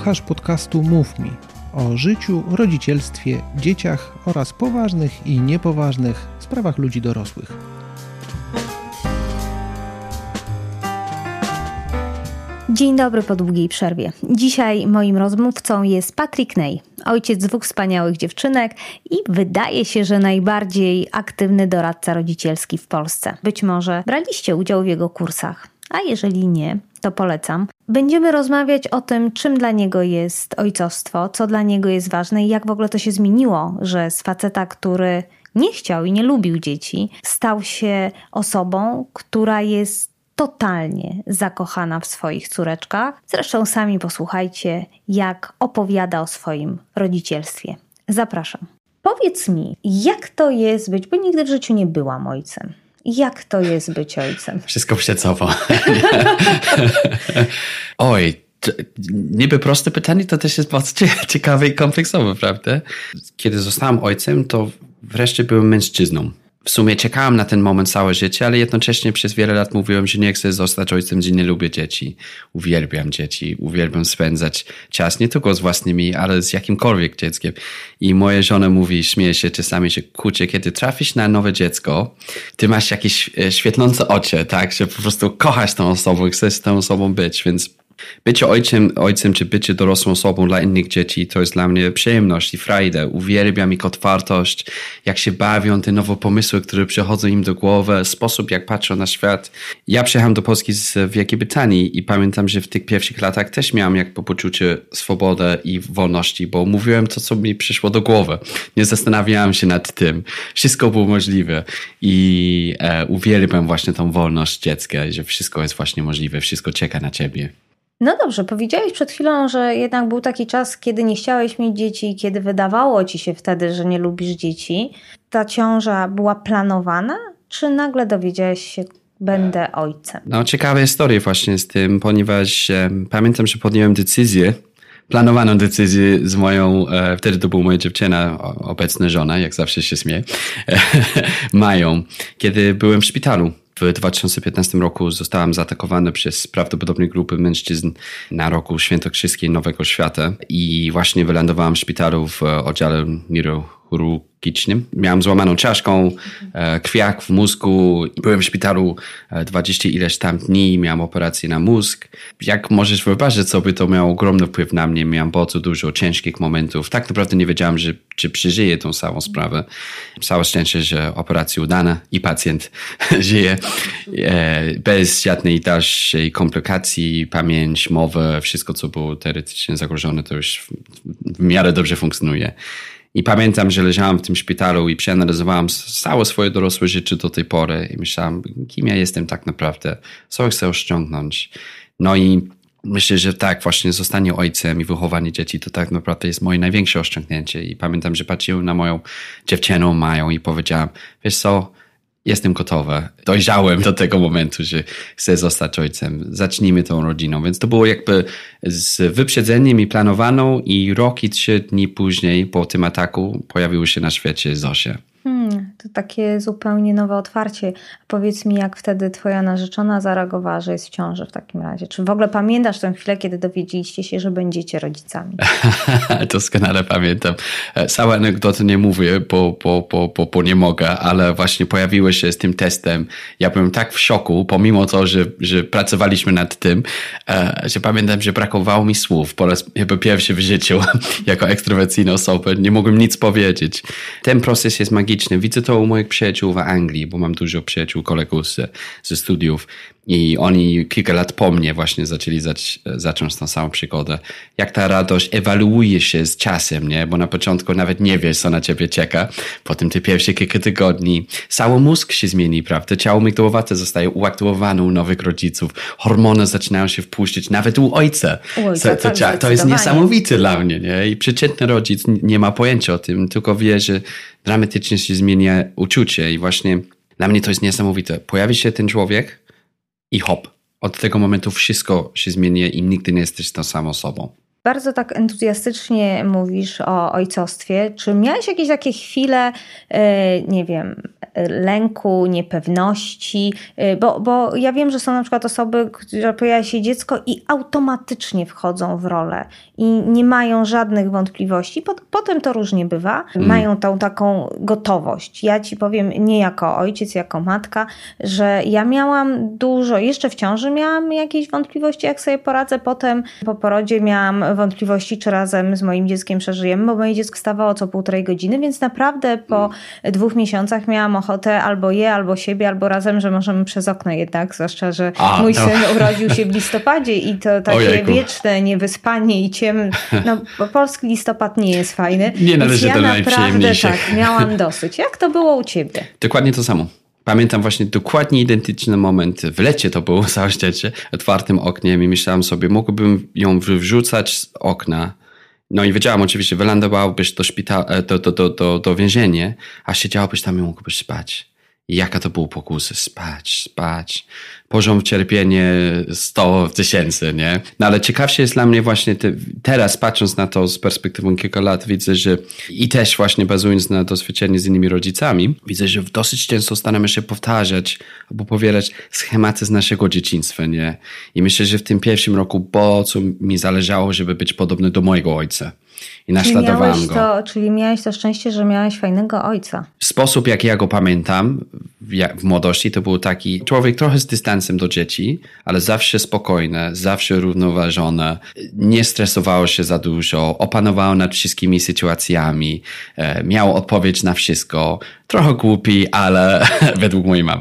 Słuchasz podcastu Mów Mi o życiu, rodzicielstwie, dzieciach oraz poważnych i niepoważnych sprawach ludzi dorosłych. Dzień dobry po długiej przerwie. Dzisiaj moim rozmówcą jest Patrick Ney, ojciec 2 wspaniałych dziewczynek i wydaje się, że najbardziej aktywny doradca rodzicielski w Polsce. Być może braliście udział w jego kursach, a jeżeli nie, to polecam. Będziemy rozmawiać o tym, czym dla niego jest ojcostwo, co dla niego jest ważne i jak w ogóle to się zmieniło, że z faceta, który nie chciał i nie lubił dzieci, stał się osobą, która jest totalnie zakochana w swoich córeczkach. Zresztą sami posłuchajcie, jak opowiada o swoim rodzicielstwie. Zapraszam. Powiedz mi, jak to jest być, bo nigdy w życiu nie byłam ojcem. Jak to jest być ojcem? Wszystko przecowo. Oj, niby proste pytanie, to też jest bardzo ciekawe i kompleksowe, prawda? Kiedy zostałem ojcem, to wreszcie byłem mężczyzną. W sumie czekałem na ten moment całe życie, ale jednocześnie przez wiele lat mówiłem, że nie chcę zostać ojcem, że nie lubię dzieci. Uwielbiam dzieci, uwielbiam spędzać czas nie tylko z własnymi, ale z jakimkolwiek dzieckiem. I moja żona mówi, śmieje się czasami, że kurczę, kiedy trafisz na nowe dziecko, ty masz jakieś świetlące oczy, tak, że po prostu kochasz tą osobą, chcesz z tą osobą być, więc bycie ojcem czy bycie dorosłą osobą dla innych dzieci to jest dla mnie przyjemność i frajdę. Uwielbiam ich otwartość, jak się bawią, te nowe pomysły, które przychodzą im do głowy, sposób jak patrzą na świat. Ja przyjechałem do Polski z Wielkiej Brytanii i pamiętam, że w tych pierwszych latach też miałem jakby poczucie swobody i wolności, bo mówiłem to, co mi przyszło do głowy. Nie zastanawiałem się nad tym. Wszystko było możliwe i uwielbiam właśnie tą wolność dziecka, że wszystko jest właśnie możliwe, wszystko czeka na ciebie. No dobrze, powiedziałeś przed chwilą, że jednak był taki czas, kiedy nie chciałeś mieć dzieci i kiedy wydawało ci się wtedy, że nie lubisz dzieci. Ta ciąża była planowana, czy nagle dowiedziałeś się, będę ojcem? No ciekawe historie właśnie z tym, ponieważ pamiętam, że podjąłem decyzję, planowaną decyzję z moją, wtedy to była moja dziewczyna, obecna żona, jak zawsze się śmieję, Mają, kiedy byłem w szpitalu. W 2015 roku zostałem zaatakowany przez prawdopodobnie grupy mężczyzn na roku świętokrzyskiej Nowego Świata i właśnie wylądowałem w szpitalu w oddziale neurochirurgicznym. Miałem złamaną czaszką, krwiak w mózgu. Byłem w szpitalu 20 ileś tam dni, miałem operację na mózg. Jak możesz wyobrazić sobie, to miało ogromny wpływ na mnie. Miałem bardzo dużo ciężkich momentów. Tak naprawdę nie wiedziałem, czy przeżyję tą całą sprawę. Całe szczęście, że operacja udana i pacjent żyje. Bez żadnej dalszej komplikacji, pamięć, mowy, wszystko co było teoretycznie zagrożone, to już w miarę dobrze funkcjonuje. I pamiętam, że leżałem w tym szpitalu i przeanalizowałem całe swoje dorosłe życie do tej pory i myślałem, kim ja jestem tak naprawdę, co chcę osiągnąć. No i myślę, że tak, właśnie zostanie ojcem i wychowanie dzieci to tak naprawdę jest moje największe osiągnięcie. I pamiętam, że patrzyłem na moją dziewczynę Mają i powiedziałem, wiesz co, jestem gotowy, dojrzałem do tego momentu, że chcę zostać ojcem. Zacznijmy tą rodziną. Więc to było jakby z wyprzedzeniem i planowaną i rok i 3 dni później po tym ataku pojawiły się na świecie Zosia. To takie zupełnie nowe otwarcie. Powiedz mi, jak wtedy twoja narzeczona zareagowała, że jest w ciąży w takim razie? Czy w ogóle pamiętasz tę chwilę, kiedy dowiedzieliście się, że będziecie rodzicami? Doskonale pamiętam. Całe anegdoty nie mówię, bo nie mogę, ale właśnie pojawiły się z tym testem. Ja byłem tak w szoku, pomimo to, że pracowaliśmy nad tym, że pamiętam, że brakowało mi słów. Po raz chyba pierwszy w życiu, jako ekstrawersyjna osoba, nie mogłem nic powiedzieć. Ten proces jest magiczny. Widzę to u moich przyjaciół w Anglii, bo mam dużo przyjaciół, kolegów ze studiów i oni kilka lat po mnie właśnie zacząć tą samą przygodę. Jak ta radość ewaluuje się z czasem, nie? Bo na początku nawet nie wiesz, co na ciebie czeka. Potem te pierwsze kilka tygodni cały mózg się zmieni, prawda? Ciało migdałowate zostaje uaktywowane u nowych rodziców. Hormony zaczynają się wpuścić nawet u ojca. To jest niesamowite dla mnie, nie? I przeciętny rodzic nie ma pojęcia o tym, tylko wie, że dramatycznie się zmienia uczucie i właśnie dla mnie to jest niesamowite. Pojawi się ten człowiek i hop, od tego momentu wszystko się zmienia i nigdy nie jesteś tą samą osobą. Bardzo tak entuzjastycznie mówisz o ojcostwie. Czy miałeś jakieś takie chwile, nie wiem, lęku, niepewności, bo ja wiem, że są na przykład osoby, które pojawia się dziecko i automatycznie wchodzą w rolę i nie mają żadnych wątpliwości. Potem to różnie bywa. Mają tą taką gotowość. Ja ci powiem, nie jako ojciec, jako matka, że ja miałam dużo, jeszcze w ciąży miałam jakieś wątpliwości, jak sobie poradzę. Potem po porodzie miałam wątpliwości, czy razem z moim dzieckiem przeżyjemy, bo moje dziecko stawało co 1,5 godziny, więc naprawdę po 2 miesiącach miałam ochotę albo siebie, albo razem, że możemy przez okno jednak, zwłaszcza, że mój syn urodził się w listopadzie i to takie wieczne niewyspanie i ciemne, bo polski listopad nie jest fajny. Nie należy do najprzyjemniejszych. Tak, miałam dosyć. Jak to było u ciebie? Dokładnie to samo. Pamiętam właśnie dokładnie identyczny moment. W lecie to było, zauważycie, otwartym oknem i myślałem sobie, mógłbym ją wrzucać z okna. No i wiedziałam oczywiście, wylądowałbyś do więzienia, a siedziałbyś tam i mógłbyś spać. I jaka to była pokusa? Spać. Poziom cierpienia 100 000, nie? No ale ciekawsze jest dla mnie właśnie teraz, patrząc na to z perspektywą kilku lat, widzę, że i też właśnie bazując na doświadczeniu z innymi rodzicami, widzę, że dosyć często staramy się powtarzać albo powielać schematy z naszego dzieciństwa, nie? I myślę, że w tym pierwszym roku bardzo mi zależało, żeby być podobny do mojego ojca. I naśladowałem go. Czyli miałeś to szczęście, że miałeś fajnego ojca. Sposób, jak ja go pamiętam w młodości, to był taki człowiek trochę z dystansem do dzieci, ale zawsze spokojny, zawsze równoważony, nie stresowało się za dużo, opanował nad wszystkimi sytuacjami, miał odpowiedź na wszystko. Trochę głupi, ale według mojej mamy.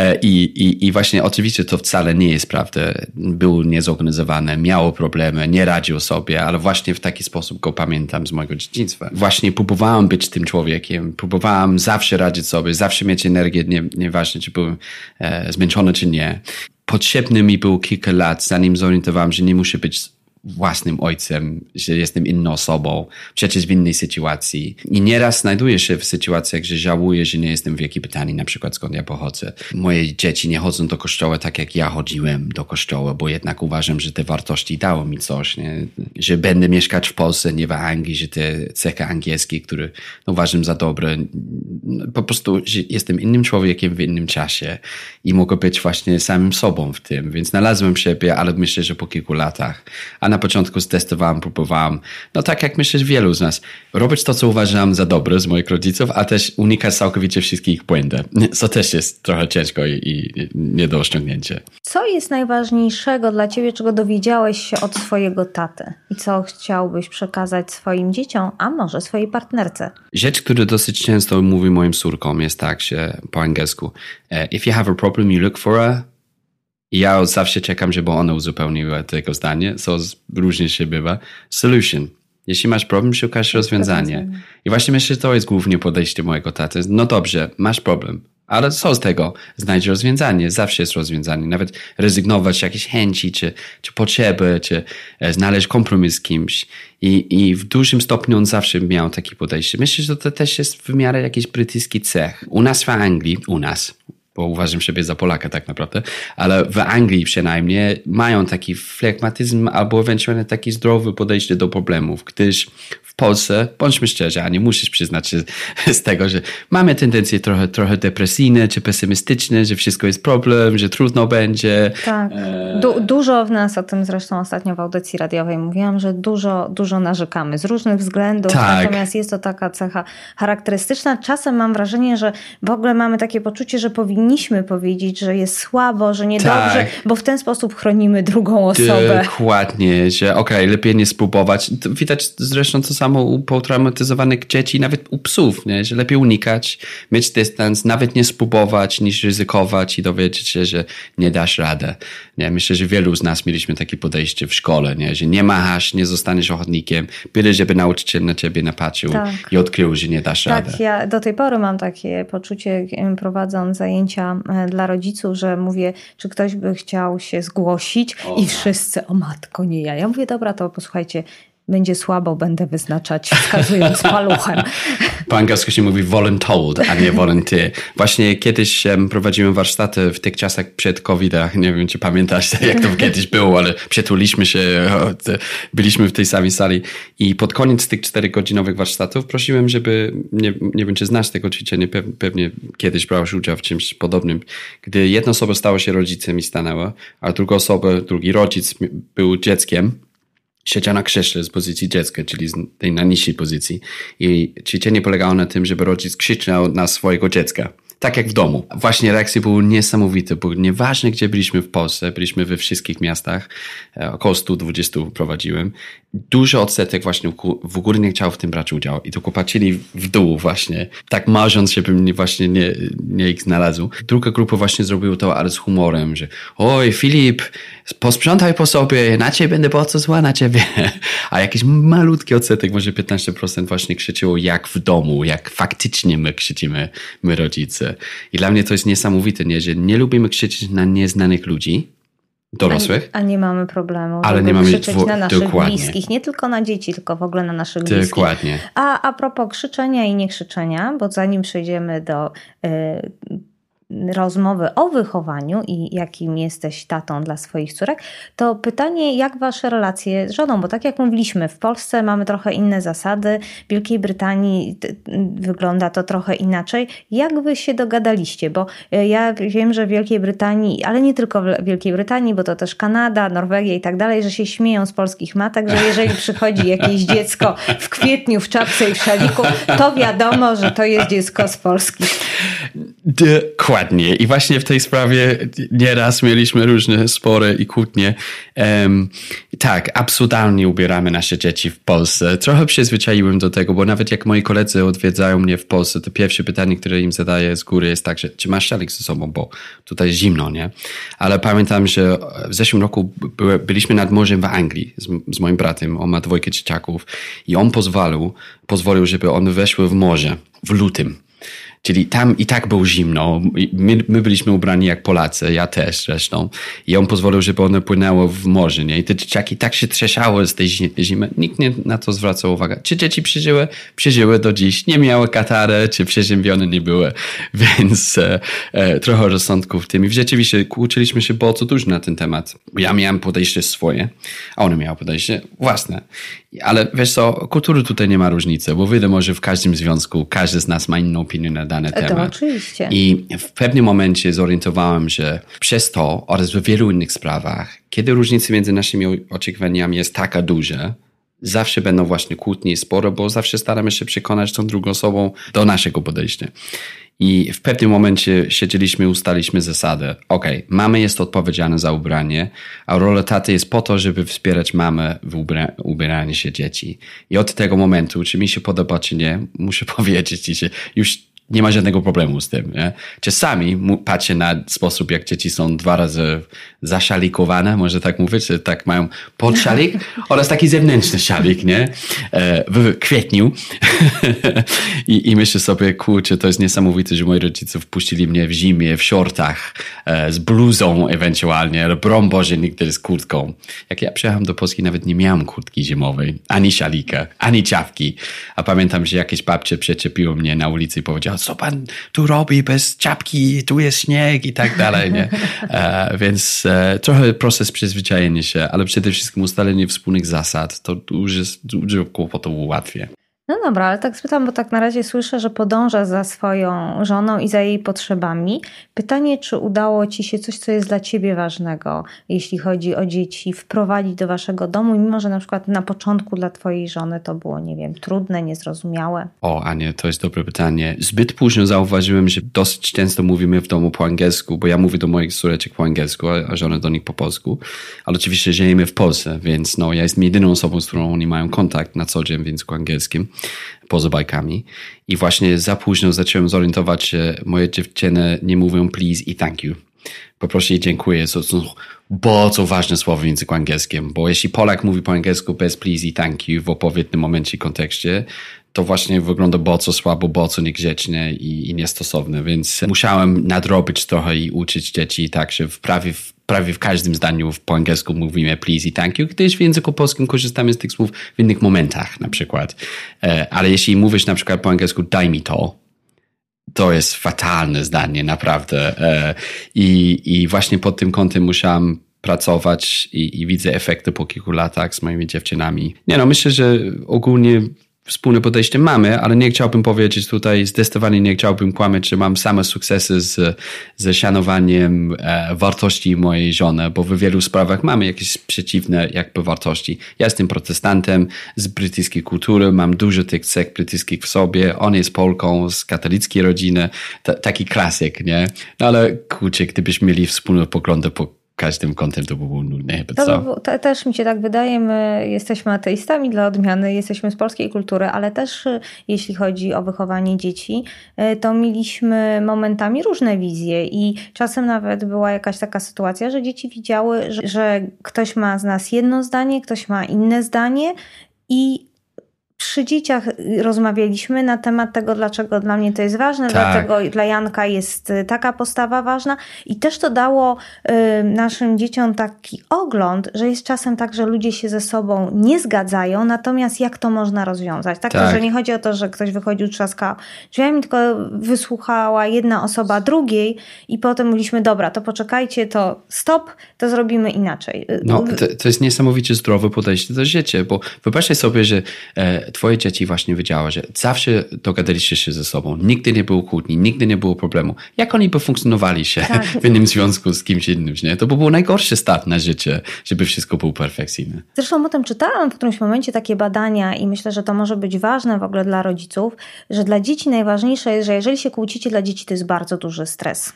I właśnie oczywiście to wcale nie jest prawda. Był niezorganizowany, miał problemy, nie radził sobie, ale właśnie w taki sposób go pamiętam z mojego dzieciństwa. Właśnie próbowałem być tym człowiekiem, próbowałem zawsze radzić sobie, zawsze mieć energię, nieważne czy byłem zmęczony czy nie. Potrzebny mi było kilka lat, zanim zorientowałem, że nie muszę być własnym ojcem, że jestem inną osobą, przecież w innej sytuacji. I nieraz znajduję się w sytuacjach, że żałuję, że nie jestem w Wielkiej Brytanii, na przykład skąd ja pochodzę. Moje dzieci nie chodzą do kościoła tak, jak ja chodziłem do kościoła, bo jednak uważam, że te wartości dały mi coś, nie? Że będę mieszkać w Polsce, nie w Anglii, że te cechy angielskie, które uważam za dobre, po prostu, że jestem innym człowiekiem w innym czasie i mogę być właśnie samym sobą w tym, więc znalazłem siebie, ale myślę, że po kilku latach. A na początku testowałem, próbowałem. No tak jak myślę, że wielu z nas. Robić to, co uważam za dobre z moich rodziców, a też unikać całkowicie wszystkich błędów. Co też jest trochę ciężko i nie do osiągnięcia. Co jest najważniejszego dla ciebie, czego dowiedziałeś się od swojego taty? I co chciałbyś przekazać swoim dzieciom, a może swojej partnerce? Rzecz, która dosyć często mówi moim córkom jest tak, że po angielsku if you have a problem, you look for a... I ja zawsze czekam, żeby one uzupełniły tego zdanie, co różnie się bywa. Solution. Jeśli masz problem, szukasz rozwiązania. I właśnie myślę, że to jest głównie podejście mojego taty. No dobrze, masz problem, ale co z tego? Znajdź rozwiązanie. Zawsze jest rozwiązanie. Nawet rezygnować z jakiejś chęci, czy potrzeby, czy znaleźć kompromis z kimś. I w dużym stopniu on zawsze miał takie podejście. Myślę, że to też jest w miarę jakiś brytyjski cech. U nas w Anglii, bo uważam siebie za Polaka tak naprawdę, ale w Anglii przynajmniej mają taki flegmatyzm albo ewentualnie taki zdrowy podejście do problemów, gdyż w Polsce, bądźmy szczerzy, a nie musisz przyznać się z tego, że mamy tendencje trochę depresyjne czy pesymistyczne, że wszystko jest problem, że trudno będzie. Tak. Dużo w nas, o tym zresztą ostatnio w audycji radiowej mówiłam, że dużo narzekamy z różnych względów, tak. Natomiast jest to taka cecha charakterystyczna. Czasem mam wrażenie, że w ogóle mamy takie poczucie, że powinniśmy powiedzieć, że jest słabo, że niedobrze, bo w ten sposób chronimy drugą osobę. Dokładnie, że lepiej nie spróbować. To widać zresztą to samo u potraumatyzowanych dzieci, nawet u psów, nie? Że lepiej unikać, mieć dystans, nawet nie spróbować, niż ryzykować i dowiedzieć się, że nie dasz radę. Nie? Myślę, że wielu z nas mieliśmy takie podejście w szkole, nie? Że nie machasz, nie zostaniesz ochotnikiem, byle żeby nauczyciel na ciebie napatrzył i odkrył, że nie dasz radę. Tak, ja do tej pory mam takie poczucie, prowadząc zajęcia dla rodziców, że mówię, czy ktoś by chciał się zgłosić i wszyscy, o matko, nie ja. Ja mówię, dobra, to posłuchajcie, będzie słabo, będę wyznaczać wskazując paluchem. Po angielsku się mówi voluntold, a nie volunteer. Właśnie kiedyś prowadziłem warsztaty w tych czasach przed COVID-em. Nie wiem, czy pamiętasz, jak to kiedyś było, ale przytuliśmy się, byliśmy w tej samej sali i pod koniec tych 4-godzinowych warsztatów prosiłem, żeby, nie wiem, czy znasz tego ćwiczenie, pewnie kiedyś brałeś udział w czymś podobnym, gdy jedna osoba stała się rodzicem i stanęła, a drugi rodzic był dzieckiem, siedział na krześle z pozycji dziecka, czyli z tej najniższej pozycji. I ćwiczenie polegało na tym, żeby rodzic krzyczał na swojego dziecka. Tak jak w domu. Właśnie reakcje były niesamowite, bo nieważne gdzie byliśmy w Polsce, byliśmy we wszystkich miastach, około 120 prowadziłem. Duży odsetek właśnie w ogóle nie chciał w tym brać udziału i tylko patrzyli w dół właśnie, tak marząc, żebym właśnie nie ich znalazł. Druga grupa właśnie zrobiła to, ale z humorem, że oj Filip, posprzątaj po sobie, inaczej będę bardzo zła na ciebie. A jakiś malutki odsetek, może 15% właśnie krzyczyło jak w domu, jak faktycznie my krzyczymy, my rodzice. I dla mnie to jest niesamowite, nie? Że nie lubimy krzyczeć na nieznanych ludzi, dorosłych. A nie mamy problemu, ale żeby nie mamy krzyczeć na naszych dokładnie. bliskich, nie tylko na dzieci, tylko w ogóle na naszych bliskich. Dokładnie. A propos krzyczenia i niekrzyczenia, bo zanim przejdziemy do rozmowy o wychowaniu i jakim jesteś tatą dla swoich córek, to pytanie, jak wasze relacje z żoną, bo tak jak mówiliśmy, w Polsce mamy trochę inne zasady, w Wielkiej Brytanii wygląda to trochę inaczej. Jak wy się dogadaliście? Bo ja wiem, że w Wielkiej Brytanii, ale nie tylko w Wielkiej Brytanii, bo to też Kanada, Norwegia i tak dalej, że się śmieją z polskich matek, że jeżeli przychodzi jakieś dziecko w kwietniu w czapce i w szaliku, to wiadomo, że to jest dziecko z Polski. Dokładnie. I właśnie w tej sprawie nieraz mieliśmy różne spory i kłótnie. Tak, absurdalnie ubieramy nasze dzieci w Polsce. Trochę przyzwyczaiłem do tego, bo nawet jak moi koledzy odwiedzają mnie w Polsce, to pierwsze pytanie, które im zadaję z góry jest tak, że czy masz szalik ze sobą, bo tutaj jest zimno, nie? Ale pamiętam, że w zeszłym roku byliśmy nad morzem w Anglii z moim bratem. On ma 2 dzieciaków i on pozwolił, żeby one weszły w morze w lutym. Czyli tam i tak było zimno. My byliśmy ubrani jak Polacy, ja też zresztą. I on pozwolił, żeby one płynęły w morze, nie? I te dzieciaki tak się trzęsały z tej zimy. Nikt nie na to zwracał uwagę. Czy dzieci przeżyły do dziś. Nie miały katary, czy przeziębione nie były. Więc trochę rozsądku w tym. I rzeczywiście kłóciliśmy się bardzo dużo na ten temat. Ja miałem podejście swoje, a one miały podejście własne. Ale wiesz co, kultury tutaj nie ma różnicy, bo wiadomo, że w każdym związku każdy z nas ma inną opinię na dany temat. To oczywiście. I w pewnym momencie zorientowałem, że przez to oraz w wielu innych sprawach, kiedy różnica między naszymi oczekiwaniami jest taka duża, zawsze będą właśnie kłótnie i spory, bo zawsze staramy się przekonać tą drugą osobą do naszego podejścia. I w pewnym momencie siedzieliśmy, ustaliśmy zasadę. Okej, mamy jest odpowiedzialna za ubranie, a rola taty jest po to, żeby wspierać mamę w ubieraniu się dzieci. I od tego momentu, czy mi się podoba, czy nie, muszę powiedzieć ci, że już nie ma żadnego problemu z tym. Nie? Czasami patrzę na sposób, jak dzieci są 2 razy zaszalikowane, może tak mówić, że tak mają podszalik oraz taki zewnętrzny szalik, nie? W kwietniu. I myślę sobie, kurczę, to jest niesamowite, że moi rodzice wpuścili mnie w zimie, w shortach, z bluzą ewentualnie, ale broń Boże, nigdy z kurtką. Jak ja przyjechałem do Polski, nawet nie miałem kurtki zimowej, ani szalika, ani czapki. A pamiętam, że jakieś babcie przeczepiło mnie na ulicy i powiedziały, co pan tu robi bez czapki, tu jest śnieg i tak dalej, nie? Więc trochę proces przyzwyczajenia się, ale przede wszystkim ustalenie wspólnych zasad, to dużo kłopotów ułatwia. No dobra, ale tak spytam, bo tak na razie słyszę, że podąża za swoją żoną i za jej potrzebami. Pytanie, czy udało ci się coś, co jest dla ciebie ważnego, jeśli chodzi o dzieci, wprowadzić do waszego domu, mimo że na przykład na początku dla twojej żony to było, nie wiem, trudne, niezrozumiałe? O, Anie, to jest dobre pytanie. Zbyt późno zauważyłem, że dosyć często mówimy w domu po angielsku, bo ja mówię do moich córeczek po angielsku, a żona do nich po polsku. Ale oczywiście żyjemy w Polsce, więc ja jestem jedyną osobą, z którą oni mają kontakt na co dzień w języku angielskim. Poza bajkami. I właśnie za późno zacząłem zorientować się, że moje dziewczyny nie mówią please i thank you. Poproszę i dziękuję. To są bardzo ważne słowa w języku angielskim, bo jeśli Polak mówi po angielsku bez please i thank you w odpowiednim momencie i kontekście, to właśnie wygląda bardzo słabo, bardzo niegrzecznie i niestosowne, więc musiałem nadrobić trochę i uczyć dzieci tak, że prawie w prawie w każdym zdaniu po angielsku mówimy please i thank you, gdyż w języku polskim korzystamy z tych słów w innych momentach na przykład. Ale jeśli mówisz na przykład po angielsku daj mi to jest fatalne zdanie, naprawdę. I właśnie pod tym kątem musiałam pracować i widzę efekty po kilku latach z moimi dziewczynami. Myślę, że ogólnie wspólne podejście mamy, ale nie chciałbym powiedzieć tutaj, zdecydowanie nie chciałbym kłamać, że mam same sukcesy ze szanowaniem wartości mojej żony, bo w wielu sprawach mamy jakieś przeciwne jakby wartości. Ja jestem protestantem z brytyjskiej kultury, mam dużo tych cech brytyjskich w sobie, on jest Polką z katolickiej rodziny, taki klasyk, nie? Ale kurczę, gdybyśmy mieli wspólne poglądy po każdym kątem, to by było nudne. Też mi się tak wydaje, my jesteśmy ateistami dla odmiany, jesteśmy z polskiej kultury, ale też jeśli chodzi o wychowanie dzieci, to mieliśmy momentami różne wizje i czasem nawet była jakaś taka sytuacja, że dzieci widziały, że ktoś ma z nas jedno zdanie, ktoś ma inne zdanie i przy dzieciach rozmawialiśmy na temat tego, dlaczego dla mnie to jest ważne, dlaczego dla Janka jest taka postawa ważna i też to dało naszym dzieciom taki ogląd, że jest czasem tak, że ludzie się ze sobą nie zgadzają, natomiast jak to można rozwiązać? Tak. Że nie chodzi o to, że ktoś wychodził, trzaskał drzwiami, tylko wysłuchała jedna osoba drugiej i potem mówiliśmy, dobra, to poczekajcie, to stop, to zrobimy inaczej. To jest niesamowicie zdrowe podejście do życia, bo wyobraźcie sobie, że twoje dzieci właśnie wiedziały, że zawsze dogadaliście się ze sobą, nigdy nie było kłótni, nigdy nie było problemu. Jak oni by funkcjonowali się w innym związku z kimś innym, nie? To by był najgorszy start na życie, żeby wszystko było perfekcyjne. Zresztą o tym czytałam w którymś momencie takie badania i myślę, że to może być ważne w ogóle dla rodziców, że dla dzieci najważniejsze jest, że jeżeli się kłócicie, dla dzieci to jest bardzo duży stres.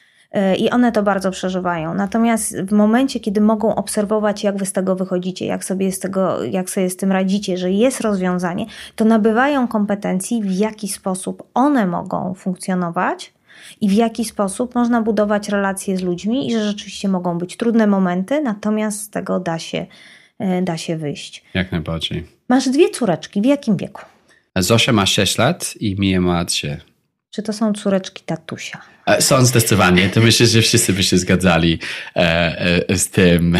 I one to bardzo przeżywają. Natomiast w momencie, kiedy mogą obserwować, jak wy z tego wychodzicie, jak sobie z tym radzicie, że jest rozwiązanie, to nabywają kompetencji, w jaki sposób one mogą funkcjonować i w jaki sposób można budować relacje z ludźmi i że rzeczywiście mogą być trudne momenty, natomiast z tego da się wyjść. Jak najbardziej. Masz 2 córeczki. W jakim wieku? Zosia ma 6 lat i Mija ma 3. Czy to są córeczki tatusia? Są zdecydowanie. To myślę, że wszyscy by się zgadzali z tym.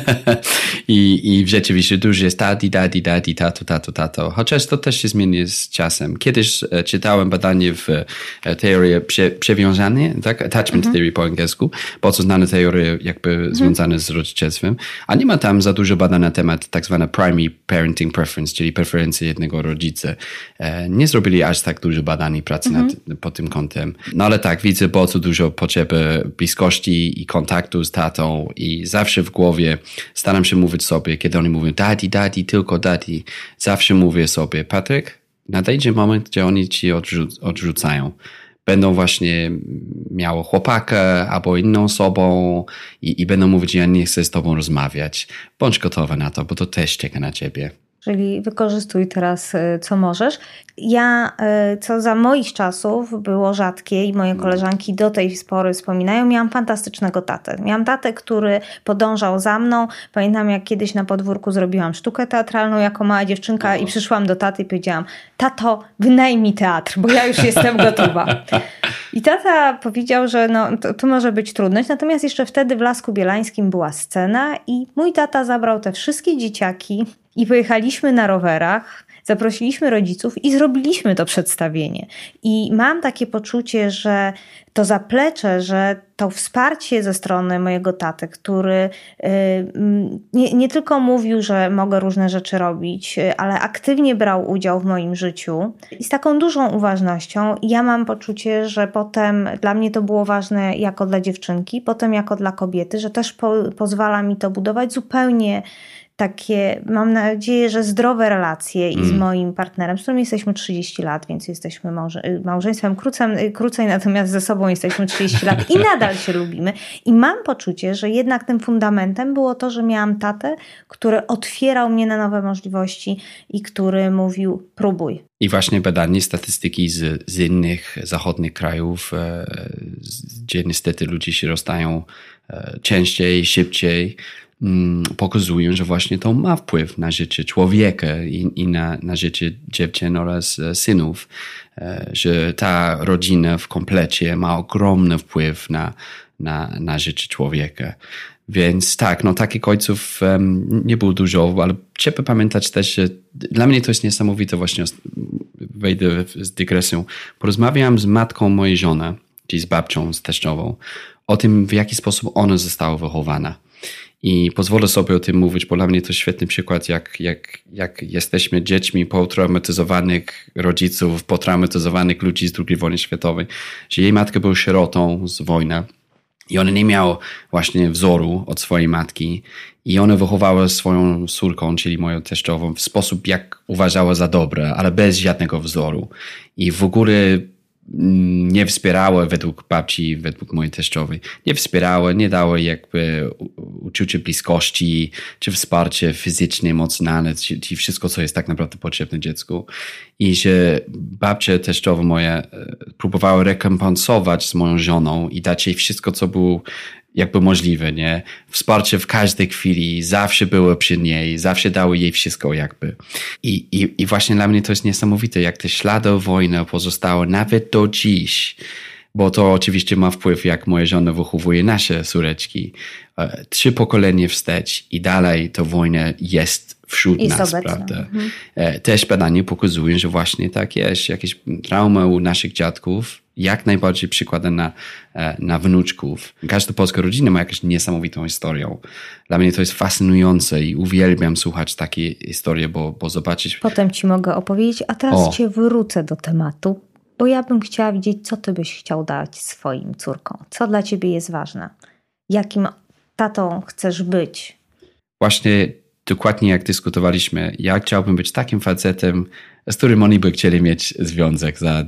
I rzeczywiście dużo jest daddy, tato. Chociaż to też się zmieni z czasem. Kiedyś czytałem badanie w teorii przewiązania, tak? Attachment theory po angielsku. Bardzo znane teorie jakby związane z rodzicielstwem. A nie ma tam za dużo badań na temat tak zwane primary parenting preference, czyli preferencje jednego rodzica. Nie zrobili aż tak dużo badań i pracy pod tym kątem. No ale tak, widzę bardzo dużo potrzeby bliskości i kontaktu z tatą i zawsze w głowie staram się mówić sobie, kiedy oni mówią daddy, tylko daddy, zawsze mówię sobie, Patryk, nadejdzie moment, gdzie oni ci odrzucają. Będą właśnie miało chłopaka albo inną osobą i będą mówić, ja nie chcę z tobą rozmawiać. Bądź gotowa na to, bo to też czeka na ciebie. Czyli wykorzystuj teraz, co możesz. Ja, co za moich czasów było rzadkie i moje koleżanki do tej pory wspominają, miałam fantastycznego tatę. Miałam tatę, który podążał za mną. Pamiętam, jak kiedyś na podwórku zrobiłam sztukę teatralną jako mała dziewczynka i przyszłam do taty i powiedziałam, tato, wynajmij teatr, bo ja już jestem gotowa. I tata powiedział, że to może być trudność. Natomiast jeszcze wtedy w Lasku Bielańskim była scena i mój tata zabrał te wszystkie dzieciaki i pojechaliśmy na rowerach, zaprosiliśmy rodziców i zrobiliśmy to przedstawienie. I mam takie poczucie, że to zaplecze, że to wsparcie ze strony mojego taty, który nie tylko mówił, że mogę różne rzeczy robić, ale aktywnie brał udział w moim życiu i z taką dużą uważnością. Ja mam poczucie, że potem dla mnie to było ważne jako dla dziewczynki, potem jako dla kobiety, że też pozwala mi to budować zupełnie takie, mam nadzieję, że zdrowe relacje i z moim partnerem, z którym jesteśmy 30 lat, więc jesteśmy małżeństwem krócej, natomiast ze sobą jesteśmy 30 lat i nadal się lubimy. I mam poczucie, że jednak tym fundamentem było to, że miałam tatę, który otwierał mnie na nowe możliwości i który mówił, próbuj. I właśnie badanie statystyki z innych zachodnich krajów, gdzie niestety ludzie się rozstają częściej, szybciej, pokazują, że właśnie to ma wpływ na życie człowieka i na życie dziewczyn oraz synów, że ta rodzina w komplecie ma ogromny wpływ na życie człowieka. Więc tak, no takich ojców nie było dużo, ale trzeba pamiętać też, że dla mnie to jest niesamowite właśnie, wejdę z dygresją. Porozmawiałem z matką mojej żony, czyli z babcią, z teściową, o tym, w jaki sposób ona została wychowana. I pozwolę sobie o tym mówić, bo dla mnie to świetny przykład, jak jesteśmy dziećmi potraumatyzowanych rodziców, potraumatyzowanych ludzi z II wojny światowej, że jej matka była sierotą z wojny i ona nie miała właśnie wzoru od swojej matki i ona wychowała swoją córką, czyli moją teściową, w sposób, jak uważała za dobre, ale bez żadnego wzoru. I w ogóle nie wspierała według babci, według mojej teściowej. Nie wspierała, nie dała jakby uczucia bliskości, czy wsparcie fizyczne, emocjonalne, czy wszystko, co jest tak naprawdę potrzebne dziecku. I że babcia teściowa moja próbowała rekompensować z moją żoną i dać jej wszystko, co było jakby możliwe, nie? Wsparcie w każdej chwili, zawsze było przy niej, zawsze dało jej wszystko jakby. I właśnie dla mnie to jest niesamowite, jak te ślady wojny pozostały nawet do dziś, bo to oczywiście ma wpływ, jak moja żona wychowuje nasze córeczki. 3 pokolenia wstecz i dalej ta wojna jest wśród nas, prawda? Też badania pokazują, że właśnie tak jest. Jakieś traumy u naszych dziadków jak najbardziej przykłada na wnuczków. Każda polska rodzina ma jakąś niesamowitą historię. Dla mnie to jest fascynujące i uwielbiam słuchać takie historie, bo zobaczyć... Potem ci mogę opowiedzieć, a teraz cię wrócę do tematu, bo ja bym chciała wiedzieć, co ty byś chciał dać swoim córkom. Co dla ciebie jest ważne? Jakim tatą chcesz być? Właśnie dokładnie jak dyskutowaliśmy, ja chciałbym być takim facetem, z którym oni by chcieli mieć związek za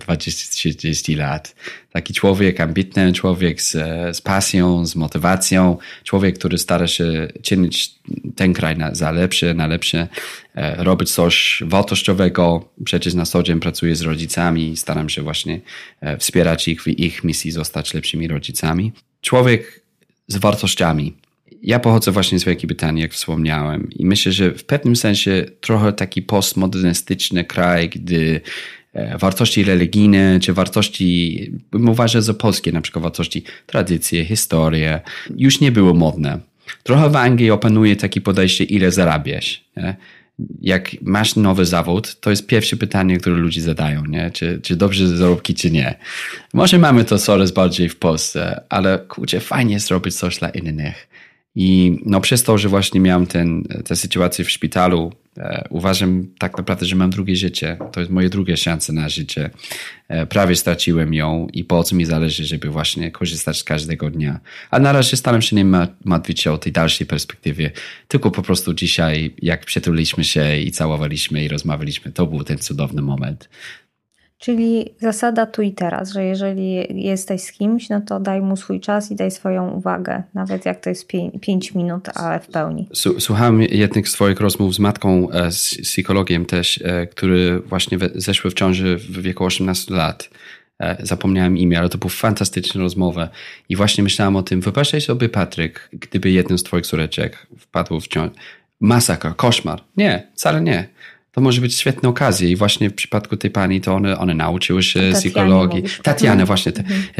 20-30 lat. Taki człowiek ambitny, człowiek z pasją, z motywacją, człowiek, który stara się czynić ten kraj na lepsze, robić coś wartościowego. Przecież na co dzień pracuję z rodzicami i staram się właśnie wspierać ich w ich misji, zostać lepszymi rodzicami. Człowiek z wartościami. Ja pochodzę właśnie z Wielkiej Brytanii, jak wspomniałem, i myślę, że w pewnym sensie trochę taki postmodernistyczny kraj, gdy wartości religijne, czy wartości, bym uważał za polskie, na przykład wartości, tradycje, historie, już nie było modne. Trochę w Anglii opanuje takie podejście, ile zarabiasz. Nie? Jak masz nowy zawód, to jest pierwsze pytanie, które ludzie zadają, nie? Czy dobrze zarobki, czy nie. Może mamy to coraz bardziej w Polsce, ale kurczę, fajnie jest robić coś dla innych. I no przez to, że właśnie miałem tę sytuację w szpitalu, uważam tak naprawdę, że mam drugie życie. To jest moje drugie szanse na życie. Prawie straciłem ją i po co mi zależy, żeby właśnie korzystać z każdego dnia. A na razie staram się nie martwić się o tej dalszej perspektywie. Tylko po prostu dzisiaj, jak przytuliliśmy się i całowaliśmy i rozmawialiśmy, to był ten cudowny moment. Czyli zasada tu i teraz, że jeżeli jesteś z kimś, no to daj mu swój czas i daj swoją uwagę, nawet jak to jest 5 minut, ale w pełni. Słuchałem jednych z twoich rozmów z matką, z psychologiem też, który właśnie zeszły w ciąży w wieku 18 lat. Zapomniałem imię, ale to była fantastyczna rozmowa. I właśnie myślałem o tym, wyobraź sobie, Patryk, gdyby jeden z twoich córeczek wpadł w ciążę. Masakra, koszmar. Nie, wcale nie. To może być świetna okazja i właśnie w przypadku tej pani to one nauczyły się psychologii. Tatiana właśnie.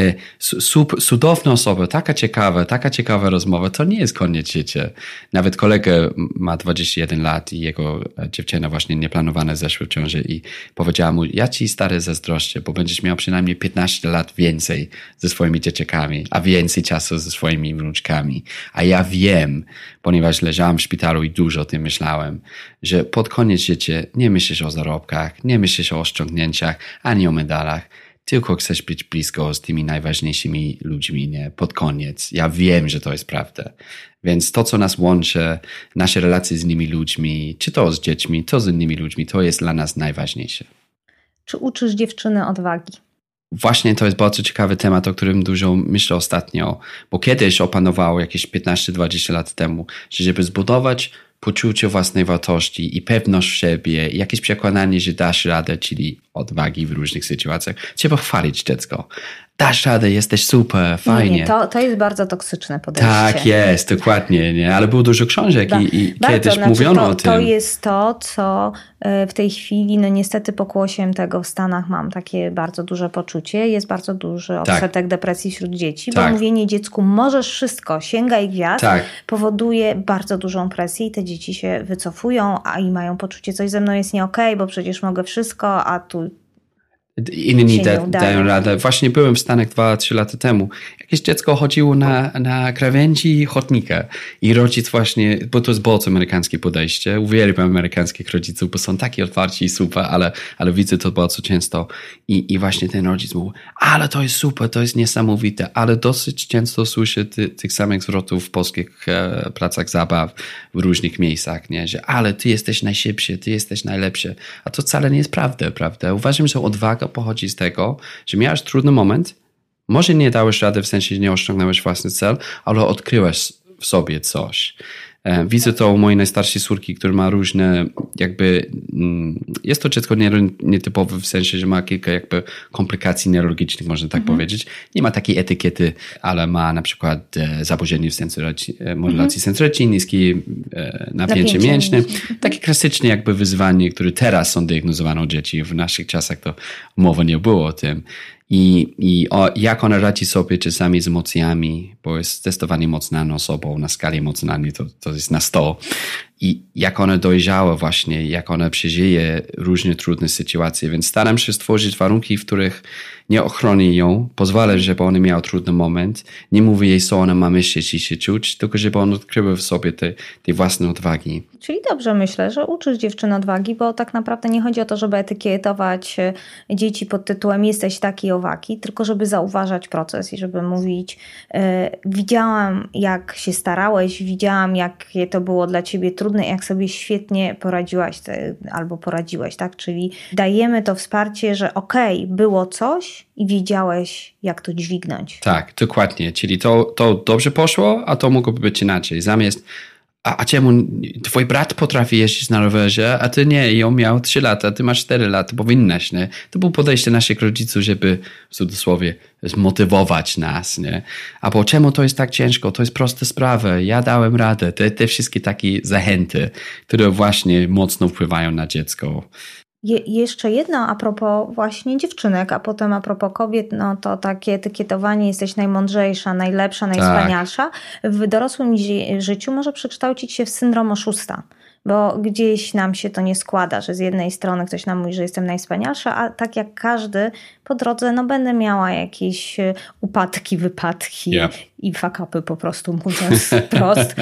Cudowna osoba, taka ciekawa rozmowa. To nie jest koniec życia. Nawet kolega ma 21 lat i jego dziewczyna właśnie nieplanowane zeszła w ciąży i powiedziała mu, ja ci stary zazdroszczę, bo będziesz miał przynajmniej 15 lat więcej ze swoimi dzieciakami, a więcej czasu ze swoimi wnuczkami. A ja wiem, ponieważ leżałem w szpitalu i dużo o tym myślałem, że pod koniec życia nie myślisz o zarobkach, nie myślisz o osiągnięciach, ani o medalach, tylko chcesz być blisko z tymi najważniejszymi ludźmi, nie? Pod koniec. Ja wiem, że to jest prawda. Więc to, co nas łączy, nasze relacje z innymi ludźmi, czy to z dziećmi, to z innymi ludźmi, to jest dla nas najważniejsze. Czy uczysz dziewczyny odwagi? Właśnie to jest bardzo ciekawy temat, o którym dużo myślę ostatnio, bo kiedyś opanowało jakieś 15-20 lat temu, że żeby zbudować poczucie własnej wartości i pewność w siebie, jakieś przekonanie, że dasz radę, czyli odwagi w różnych sytuacjach, trzeba chwalić dziecko. dasz radę, jesteś super, fajnie. Nie, to jest bardzo toksyczne podejście. Tak jest, dokładnie, nie? Ale było dużo książek i kiedyś mówiono o tym. To jest to, co w tej chwili, no niestety pokłosiem tego w Stanach mam takie bardzo duże poczucie, jest bardzo duży odsetek depresji wśród dzieci, bo mówienie dziecku możesz wszystko, sięgaj gwiazd, powoduje bardzo dużą presję i te dzieci się wycofują, i mają poczucie, coś ze mną jest nie okej, bo przecież mogę wszystko, a tu inni dają radę. Właśnie byłem w Stanach 2-3 lata temu. Jakieś dziecko chodziło na krawędzi chodnika i rodzic właśnie, bo to jest bardzo amerykańskie podejście. Uwielbiam amerykańskich rodziców, bo są taki otwarci i super, ale widzę to bardzo często. I właśnie ten rodzic mówi, ale to jest super, to jest niesamowite, ale dosyć często słyszę tych samych zwrotów w polskich placach zabaw w różnych miejscach, nie? Że ale ty jesteś najszybszy, ty jesteś najlepszy. A to wcale nie jest prawda? Uważam, że odwaga pochodzi z tego, że miałeś trudny moment, może nie dałeś rady, w sensie nie osiągnąłeś własny cel, ale odkryłeś w sobie coś. Widzę to u mojej najstarszej córki, która ma różne jest to dziecko nietypowe w sensie, że ma kilka jakby komplikacji neurologicznych, można tak powiedzieć. Nie ma takiej etykiety, ale ma na przykład zaburzenie w modulacji sensorycznie, niskie napięcie mięśne. Takie klasyczne jakby wyzwanie, które teraz są diagnozowane u dzieci. W naszych czasach to mowy nie było o tym. I jak ona radzi sobie czasami z emocjami, bo jest testowanie emocjonalną osobą na skali emocjonalnej, to jest na 100. I jak ona dojrzała właśnie, jak ona przeżyje różne trudne sytuacje. Więc staram się stworzyć warunki, w których nie ochronię ją, pozwolę, żeby ona miała trudny moment, nie mówię jej, co ona ma myśleć i się czuć, tylko żeby ona odkryła w sobie tej własnej odwagi. Czyli dobrze myślę, że uczysz dziewczyn odwagi, bo tak naprawdę nie chodzi o to, żeby etykietować dzieci pod tytułem jesteś taki owaki, tylko żeby zauważać proces i żeby mówić widziałam, jak się starałeś, widziałam, jakie to było dla ciebie trudne, jak sobie świetnie poradziłaś albo poradziłeś, tak? Czyli dajemy to wsparcie, że było coś i wiedziałeś, jak to dźwignąć. Tak, dokładnie. Czyli to dobrze poszło, a to mogłoby być inaczej. Zamiast a czemu twój brat potrafi jeździć na rowerze, a ty nie? I on miał 3 lata, a ty masz 4 lata, powinnaś, nie? To było podejście naszych rodziców, żeby w cudzysłowie zmotywować nas, nie? A po czemu to jest tak ciężko? To jest prosta sprawa. Ja dałem radę. Te wszystkie takie zachęty, które właśnie mocno wpływają na dziecko. Jeszcze jedno a propos właśnie dziewczynek, a potem a propos kobiet, no to takie etykietowanie jesteś najmądrzejsza, najlepsza, najwspanialsza w dorosłym życiu może przekształcić się w syndrom oszusta. Bo gdzieś nam się to nie składa, że z jednej strony ktoś nam mówi, że jestem najwspanialsza, a tak jak każdy po drodze, no będę miała jakieś upadki, wypadki i fuck-upy po prostu, mówiąc wprost.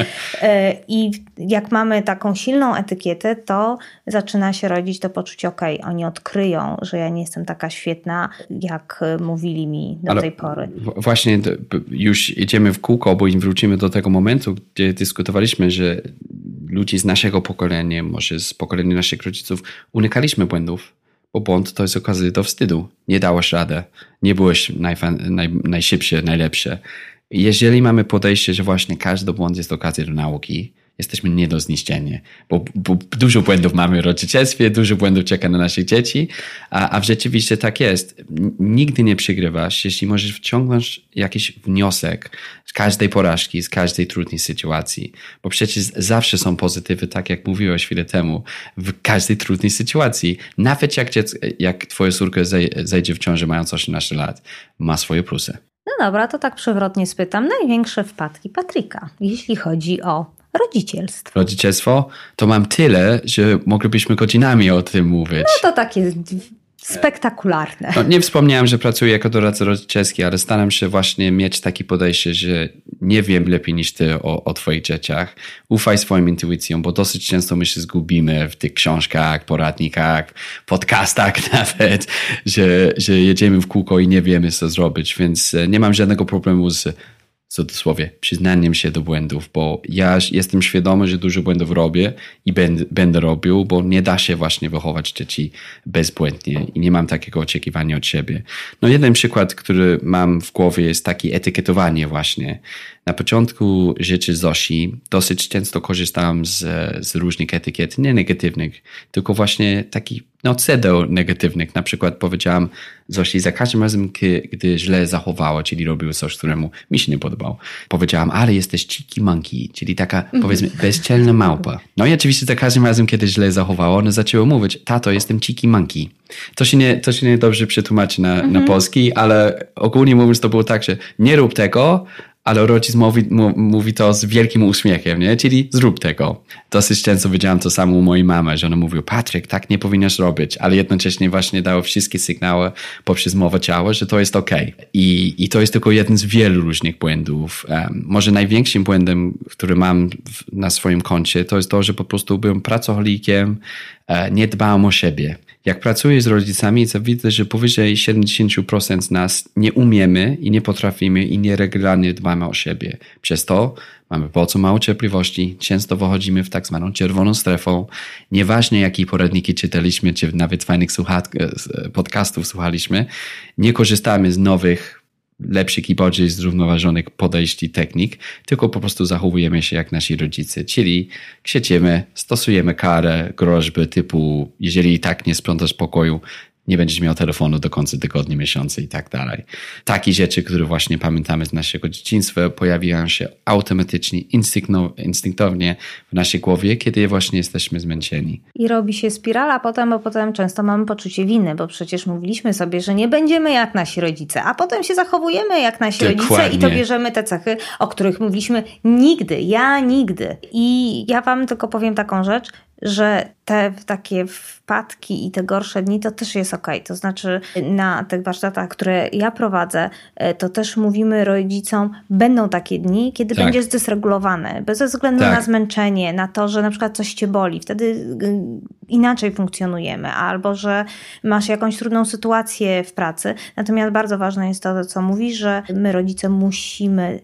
I jak mamy taką silną etykietę, to zaczyna się rodzić to poczucie, oni odkryją, że ja nie jestem taka świetna, jak mówili mi do tej pory. Właśnie już idziemy w kółko, bo wrócimy do tego momentu, gdzie dyskutowaliśmy, że ludzi z naszego pokolenia, może z pokolenia naszych rodziców, unikaliśmy błędów, bo błąd to jest okazja do wstydu. Nie dałeś radę, nie byłeś najszybszy, najlepszy. Jeżeli mamy podejście, że właśnie każdy błąd jest okazją do nauki, jesteśmy nie do zniszczenia, bo dużo błędów mamy w rodzicielstwie, dużo błędów czeka na naszych dzieci, a w rzeczywiście tak jest. Nigdy nie przegrywasz, jeśli możesz wciągnąć jakiś wniosek z każdej porażki, z każdej trudnej sytuacji, bo przecież zawsze są pozytywy, tak jak mówiłeś chwilę temu, w każdej trudnej sytuacji. Nawet jak twoja córka zajdzie w ciąży mając 18 lat, ma swoje plusy. No dobra, to tak przewrotnie spytam. Największe wpadki Patryka, jeśli chodzi o rodzicielstwo. Rodzicielstwo? To mam tyle, że moglibyśmy godzinami o tym mówić. No to takie spektakularne. No, nie wspomniałem, że pracuję jako doradca rodzicielski, ale staram się właśnie mieć takie podejście, że nie wiem lepiej niż ty o twoich dzieciach. Ufaj swoim intuicjom, bo dosyć często my się zgubimy w tych książkach, poradnikach, podcastach nawet, że jedziemy w kółko i nie wiemy, co zrobić, więc nie mam żadnego problemu z cudzysłowie, przyznaniem się do błędów, bo ja jestem świadomy, że dużo błędów robię i będę robił, bo nie da się właśnie wychować dzieci bezbłędnie i nie mam takiego oczekiwania od siebie. No jeden przykład, który mam w głowie jest takie etykietowanie właśnie. na początku życia Zosi dosyć często korzystałem z różnych etykiet, nie negatywnych, tylko właśnie takich pseudo negatywnych. Na przykład powiedziałam Zosi za każdym razem, gdy źle zachowała, czyli robiła coś, któremu mi się nie podobał. Powiedziałam, ale jesteś cheeky monkey, czyli taka powiedzmy bezczelna małpa. No i oczywiście za każdym razem, kiedy źle zachowała, ona zaczęła mówić, tato, jestem cheeky monkey. To się nie dobrze przetłumaczy na polski, ale ogólnie mówiąc to było tak, że nie rób tego, ale rodzic mówi to z wielkim uśmiechem, nie? Czyli zrób tego. Dosyć często widziałam to samo u mojej mamy, że ona mówiła, Patryk, tak nie powinnaś robić, ale jednocześnie właśnie dało wszystkie sygnały poprzez mowę ciała, że to jest okej. I to jest tylko jeden z wielu różnych błędów. Może największym błędem, który mam na swoim koncie, to jest to, że po prostu byłem pracocholikiem, nie dbałem o siebie. Jak pracuję z rodzicami, to widzę, że powyżej 70% z nas nie umiemy i nie potrafimy i nieregularnie dbamy o siebie. Przez to mamy bardzo mało cierpliwości, często wychodzimy w tak zwaną czerwoną strefą. Nieważne, jakie poradniki czytaliśmy, czy nawet fajnych podcastów słuchaliśmy, nie korzystamy z nowych, lepszych i bardziej zrównoważonych podejść i technik, tylko po prostu zachowujemy się jak nasi rodzice, czyli krzyczimy, stosujemy karę, groźby typu, jeżeli i tak nie sprzątasz pokoju, nie będziesz miał telefonu do końca tygodnia, miesiąca i tak dalej. Takie rzeczy, które właśnie pamiętamy z naszego dzieciństwa, pojawiają się automatycznie, instynktownie w naszej głowie, kiedy właśnie jesteśmy zmęczeni. I robi się spirala bo potem często mamy poczucie winy, bo przecież mówiliśmy sobie, że nie będziemy jak nasi rodzice, a potem się zachowujemy jak nasi rodzice i to bierzemy te cechy, o których mówiliśmy nigdy, ja nigdy. I ja wam tylko powiem taką rzecz, że te takie wpadki i te gorsze dni to też jest okej. To znaczy na tych warsztatach, które ja prowadzę, to też mówimy rodzicom, będą takie dni, kiedy będziesz zdysregulowany, bez względu na zmęczenie, na to, że na przykład coś cię boli. Wtedy inaczej funkcjonujemy, albo że masz jakąś trudną sytuację w pracy. Natomiast bardzo ważne jest to, co mówisz, że my rodzice musimy?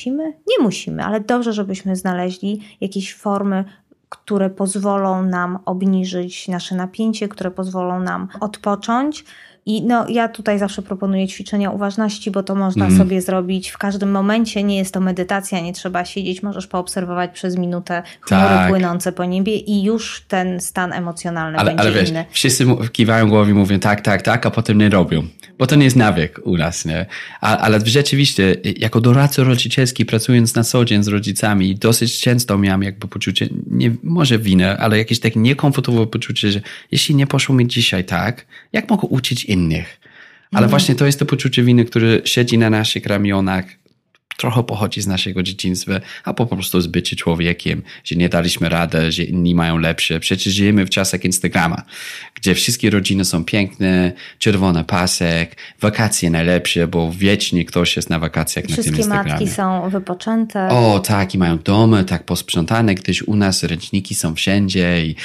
Nie musimy, ale dobrze, żebyśmy znaleźli jakieś formy, które pozwolą nam obniżyć nasze napięcie, które pozwolą nam odpocząć. I ja tutaj zawsze proponuję ćwiczenia uważności, bo to można sobie zrobić w każdym momencie. Nie jest to medytacja, nie trzeba siedzieć, możesz poobserwować przez minutę chmury płynące po niebie i już ten stan emocjonalny będzie ale wiesz, inny. Wszyscy kiwają głową i mówią tak, a potem nie robią. Bo to nie jest nawyk u nas, nie? Ale rzeczywiście, jako doradca rodzicielski, pracując na co dzień z rodzicami, dosyć często miałem jakby poczucie, nie może winę, ale jakieś takie niekomfortowe poczucie, że jeśli nie poszło mi dzisiaj tak, jak mogę uczyć innych? Ale właśnie to jest to poczucie winy, które siedzi na naszych ramionach, trochę pochodzi z naszego dzieciństwa, a po prostu z bycia człowiekiem, że nie daliśmy rady, że inni mają lepsze. Przecież żyjemy w czasach Instagrama, gdzie wszystkie rodziny są piękne, czerwony pasek, wakacje najlepsze, bo wiecznie ktoś jest na wakacjach na tym Instagramie. Wszystkie matki są wypoczęte. O tak, i mają domy tak posprzątane, gdyż u nas ręczniki są wszędzie i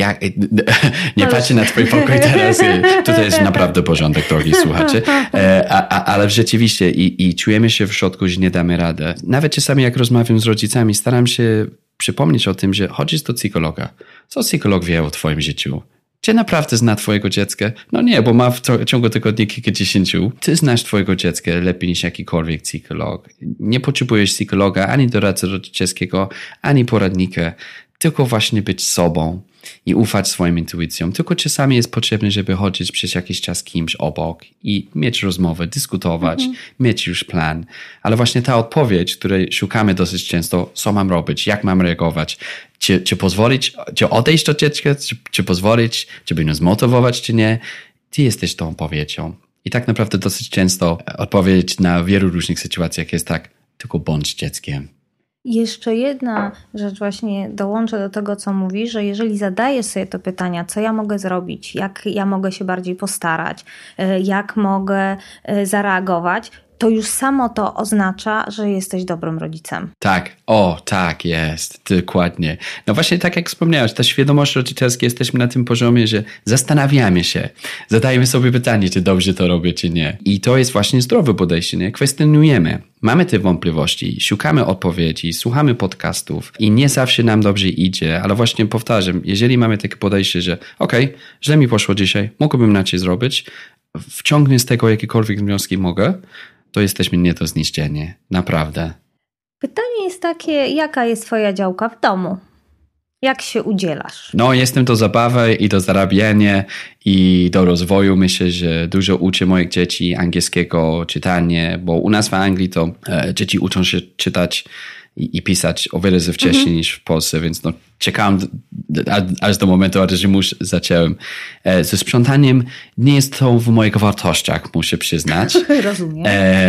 nie patrzę na twój pokój teraz, tutaj jest naprawdę porządek, drogi słuchacze, ale rzeczywiście i czujemy się w środku, że nie damy radę. Nawet czasami jak rozmawiam z rodzicami, staram się przypomnieć o tym, że chodzisz do psychologa. Co psycholog wie o twoim życiu? Czy naprawdę zna twojego dziecka? No nie, bo ma w ciągu tygodnia kilkadziesięciu. Ty znasz twojego dziecka lepiej niż jakikolwiek psycholog. Nie potrzebujesz psychologa, ani doradcy rodzicielskiego, ani poradnika, tylko właśnie być sobą i ufać swoim intuicjom. Tylko czasami jest potrzebne, żeby chodzić przez jakiś czas kimś obok i mieć rozmowę, dyskutować, mieć już plan. Ale właśnie ta odpowiedź, której szukamy dosyć często, co mam robić, jak mam reagować, czy pozwolić, czy odejść od dziecka, czy pozwolić, czy by nas zmotywować, czy nie. Ty jesteś tą odpowiedzią. I tak naprawdę dosyć często odpowiedź na wielu różnych sytuacjach jest tak, tylko bądź dzieckiem. Jeszcze jedna rzecz właśnie dołączę do tego, co mówisz, że jeżeli zadajesz sobie to pytania, co ja mogę zrobić, jak ja mogę się bardziej postarać, jak mogę zareagować, to już samo to oznacza, że jesteś dobrym rodzicem. Tak jest, dokładnie. No właśnie tak jak wspomniałeś, ta świadomość rodzicielska, jesteśmy na tym poziomie, że zastanawiamy się, zadajemy sobie pytanie, czy dobrze to robię, czy nie. I to jest właśnie zdrowe podejście, nie? Kwestionujemy. Mamy te wątpliwości, szukamy odpowiedzi, słuchamy podcastów i nie zawsze nam dobrze idzie, ale właśnie powtarzam, jeżeli mamy takie podejście, że źle mi poszło dzisiaj, mógłbym inaczej zrobić, wciągnę z tego jakiekolwiek wnioski mogę, to jesteśmy nie do zniszczenia. Naprawdę. Pytanie jest takie, jaka jest twoja działka w domu? Jak się udzielasz? No, jestem do zabawy i do zarabiania i do rozwoju. Myślę, że dużo uczę moich dzieci angielskiego, czytanie, bo u nas w Anglii to dzieci uczą się czytać i pisać o wiele wcześniej niż w Polsce, więc no, czekałem aż do momentu, że już zacząłem. Ze sprzątaniem nie jest to w moich wartościach, muszę przyznać. Rozumiem.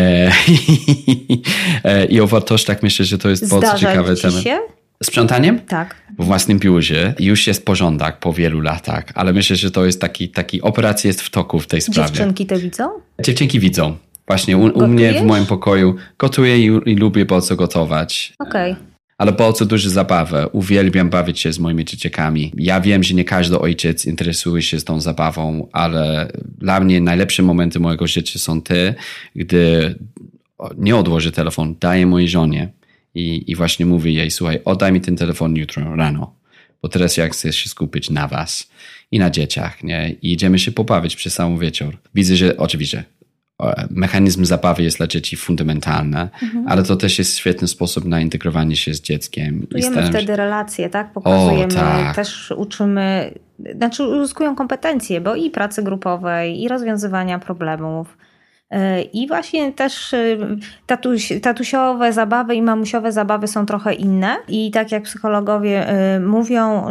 I o wartościach myślę, że to jest bardzo ciekawy temat. Się? Sprzątaniem? Tak. W własnym biurze już jest porządek po wielu latach, ale myślę, że to jest taki operacja jest w toku w tej sprawie. Dziewczynki to widzą? Dziewczynki widzą. Właśnie u mnie w moim pokoju gotuję i lubię bardzo gotować. Okej. Ale bardzo dużo zabawy. Uwielbiam bawić się z moimi dzieciakami. Ja wiem, że nie każdy ojciec interesuje się z tą zabawą, ale dla mnie najlepsze momenty mojego życia są te, gdy nie odłożę telefon, daję mojej żonie i właśnie mówię jej, słuchaj, oddaj mi ten telefon jutro rano, bo teraz ja chcę się skupić na was i na dzieciach, nie? I idziemy się pobawić przez cały wieczór. Widzę, że oczywiście mechanizm zabawy jest dla dzieci fundamentalny, ale to też jest świetny sposób na integrowanie się z dzieckiem. Budujemy wtedy relacje, tak? Pokazujemy, też uczymy, znaczy uzyskują kompetencje, bo i pracy grupowej, i rozwiązywania problemów. I właśnie też tatusiowe zabawy i mamusiowe zabawy są trochę inne. I tak jak psychologowie mówią,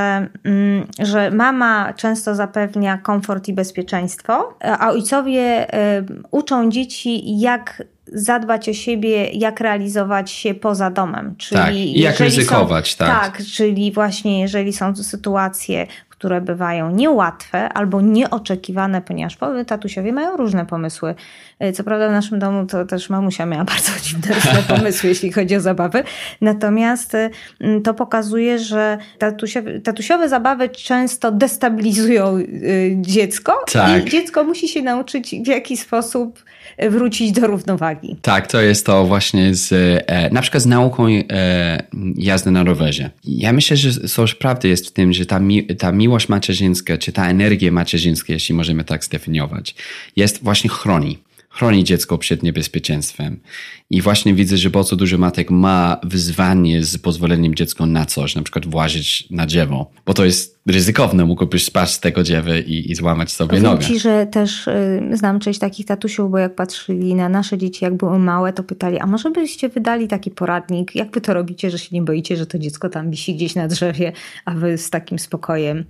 że mama często zapewnia komfort i bezpieczeństwo, a ojcowie uczą dzieci, jak zadbać o siebie, jak realizować się poza domem. Czyli tak, i jak ryzykować. Tak, czyli właśnie jeżeli są sytuacje, które bywają niełatwe albo nieoczekiwane, ponieważ tatusiowie mają różne pomysły. Co prawda w naszym domu to też mamusia miała bardzo dziwne różne pomysły, jeśli chodzi o zabawy. Natomiast to pokazuje, że tatusiowe zabawy często destabilizują dziecko i dziecko musi się nauczyć, w jaki sposób wrócić do równowagi. Tak, to jest to właśnie na przykład z nauką jazdy na rowerze. Ja myślę, że coś prawdy jest w tym, że ta miłość macierzyńska, czy ta energia macierzyńska, jeśli możemy tak zdefiniować, jest właśnie chroni dziecko przed niebezpieczeństwem. I właśnie widzę, że bardzo dużo matek ma wyzwanie z pozwoleniem dziecka na coś, na przykład włazić na drzewo, bo to jest ryzykowne, mógłbyś spaść z tego drzewa i złamać sobie nogę. Powiem ci, że też znam część takich tatusiów, bo jak patrzyli na nasze dzieci, jak były małe, to pytali, a może byście wydali taki poradnik, jak wy to robicie, że się nie boicie, że to dziecko tam wisi gdzieś na drzewie, a wy z takim spokojem.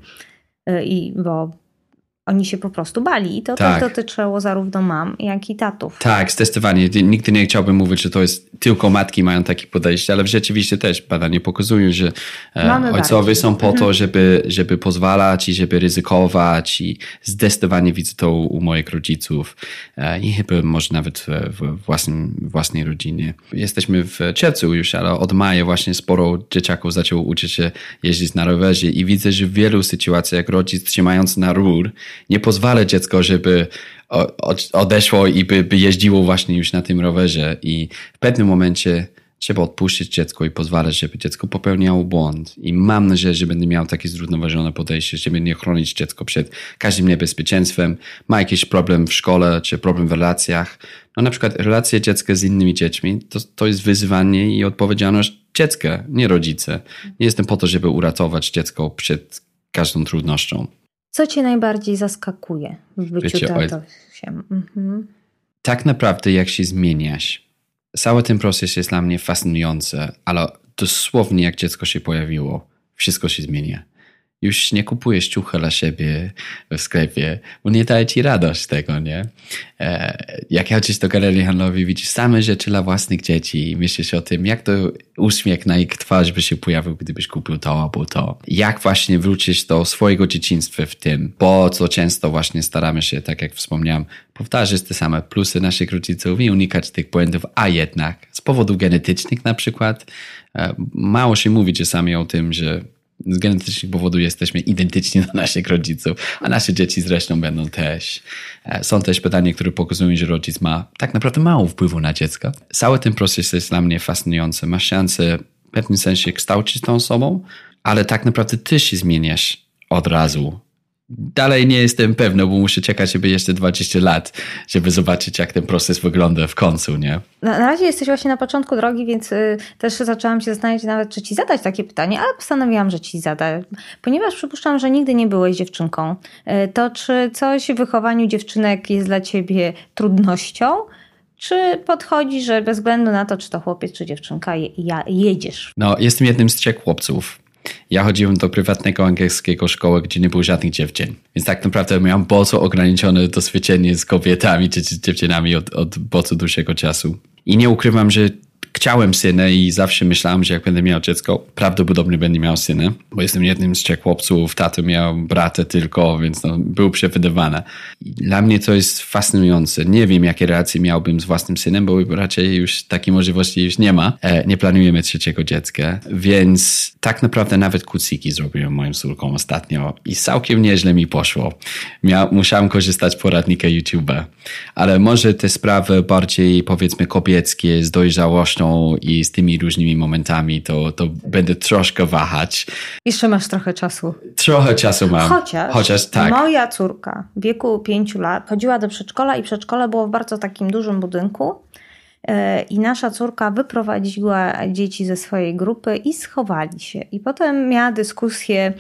Bo oni się po prostu bali i to też dotyczyło zarówno mam, jak i tatów. Tak, zdecydowanie. Nigdy nie chciałbym mówić, że to jest tylko matki mają takie podejście, ale rzeczywiście też badania pokazują, że ojcowie są po to, żeby pozwalać i żeby ryzykować i zdecydowanie widzę to u moich rodziców i chyba może nawet w własnej rodzinie. Jesteśmy w czerwcu już, ale od maja właśnie sporo dzieciaków zaczęło uczyć się jeździć na rowerze i widzę, że w wielu sytuacjach jak rodzic trzymając na rur nie pozwala dziecko, żeby odeszło i by jeździło właśnie już na tym rowerze i w pewnym momencie trzeba odpuścić dziecko i pozwalać, żeby dziecko popełniało błąd. I mam nadzieję, że będę miał takie zrównoważone podejście, żeby nie chronić dziecko przed każdym niebezpieczeństwem. Ma jakiś problem w szkole, czy problem w relacjach. No na przykład relacje dziecka z innymi dziećmi, to jest wyzwanie i odpowiedzialność dziecka, nie rodzice. Nie jestem po to, żeby uratować dziecko przed każdą trudnością. Co cię najbardziej zaskakuje w byciu tatusiem? Tak naprawdę jak się zmieniasz. Cały ten proces jest dla mnie fascynujący, ale dosłownie jak dziecko się pojawiło, wszystko się zmienia. Już nie kupujesz ciucha dla siebie w sklepie, bo nie daje ci radość tego, nie? Jak chodzisz do galerii handlowej, widzisz same rzeczy dla własnych dzieci i myślisz o tym, jak to uśmiech na ich twarz by się pojawił, gdybyś kupił to albo to. Jak właśnie wrócić do swojego dzieciństwa w tym, bo co często właśnie staramy się, tak jak wspomniałem, powtarzać te same plusy naszych rodziców i unikać tych błędów, a jednak z powodów genetycznych na przykład mało się mówi czasami o tym, że z genetycznych powodów jesteśmy identyczni do naszych rodziców, a nasze dzieci zresztą będą też. Są też badania, które pokazują, że rodzic ma tak naprawdę mało wpływu na dziecko. Cały ten proces jest dla mnie fascynujący. Masz szansę w pewnym sensie kształcić tą osobą, ale tak naprawdę ty się zmieniasz od razu. dalej nie jestem pewny, bo muszę czekać sobie jeszcze 20 lat, żeby zobaczyć, jak ten proces wygląda w końcu, nie? Na razie jesteś właśnie na początku drogi, więc też zaczęłam się zastanawiać nawet, czy ci zadać takie pytanie, ale postanowiłam, że ci zadać. Ponieważ przypuszczam, że nigdy nie byłeś dziewczynką, to czy coś w wychowaniu dziewczynek jest dla ciebie trudnością? Czy podchodzi, że bez względu na to, czy to chłopiec, czy dziewczynka, jedziesz? No, jestem jednym z 3 chłopców. Ja chodziłem do prywatnego angielskiego szkoły, gdzie nie było żadnych dziewczyn. Więc tak naprawdę miałem bardzo ograniczone doświadczenie z kobietami czy z dziewczynami od bardzo dłuższego czasu. I nie ukrywam, że chciałem syna i zawsze myślałem, że jak będę miał dziecko, prawdopodobnie będę miał syna, bo jestem jednym z 3 chłopców, tato miał brata tylko, więc był przewidywane. Dla mnie to jest fascynujące. Nie wiem, jakie relacje miałbym z własnym synem, bo raczej już takiej możliwości już nie ma. Nie planujemy 3 dziecka, więc tak naprawdę nawet kucyki zrobiłem moją córką ostatnio i całkiem nieźle mi poszło. Musiałem korzystać z poradnika YouTube'a, ale może te sprawy bardziej, powiedzmy, kobieckie, z dojrzałością i z tymi różnymi momentami, to będę troszkę wahać. Jeszcze masz trochę czasu. Trochę czasu mam. Chociaż tak. Moja córka w wieku 5 lat chodziła do przedszkola i przedszkole było w bardzo takim dużym budynku. I nasza córka wyprowadziła dzieci ze swojej grupy i schowali się. I potem miała dyskusję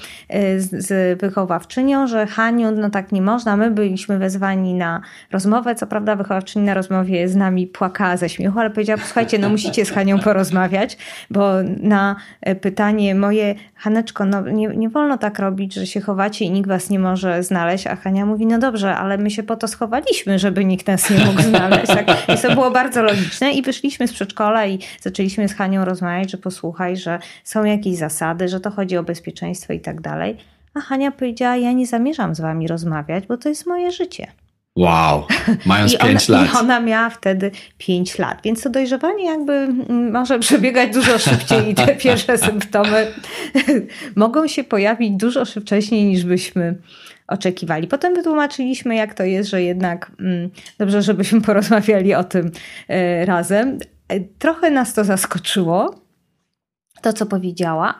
z wychowawczynią, że Haniu, no tak nie można. My byliśmy wezwani na rozmowę. Co prawda wychowawczyni na rozmowie z nami płakała ze śmiechu, ale powiedziała, słuchajcie, no musicie z Hanią porozmawiać, bo na pytanie moje, Haneczko, no nie wolno tak robić, że się chowacie i nikt was nie może znaleźć. A Hania mówi, no dobrze, ale my się po to schowaliśmy, żeby nikt nas nie mógł znaleźć. Tak? I to było bardzo logiczne. I wyszliśmy z przedszkola i zaczęliśmy z Hanią rozmawiać, że posłuchaj, że są jakieś zasady, że to chodzi o bezpieczeństwo i tak dalej. A Hania powiedziała, ja nie zamierzam z wami rozmawiać, bo to jest moje życie. Wow, mając 5 lat. I ona miała wtedy 5 lat, więc to dojrzewanie jakby może przebiegać dużo szybciej i te pierwsze symptomy mogą się pojawić dużo wcześniej niż byśmy oczekiwali. Potem wytłumaczyliśmy, jak to jest, że jednak dobrze, żebyśmy porozmawiali o tym razem. Trochę nas to zaskoczyło, to co powiedziała.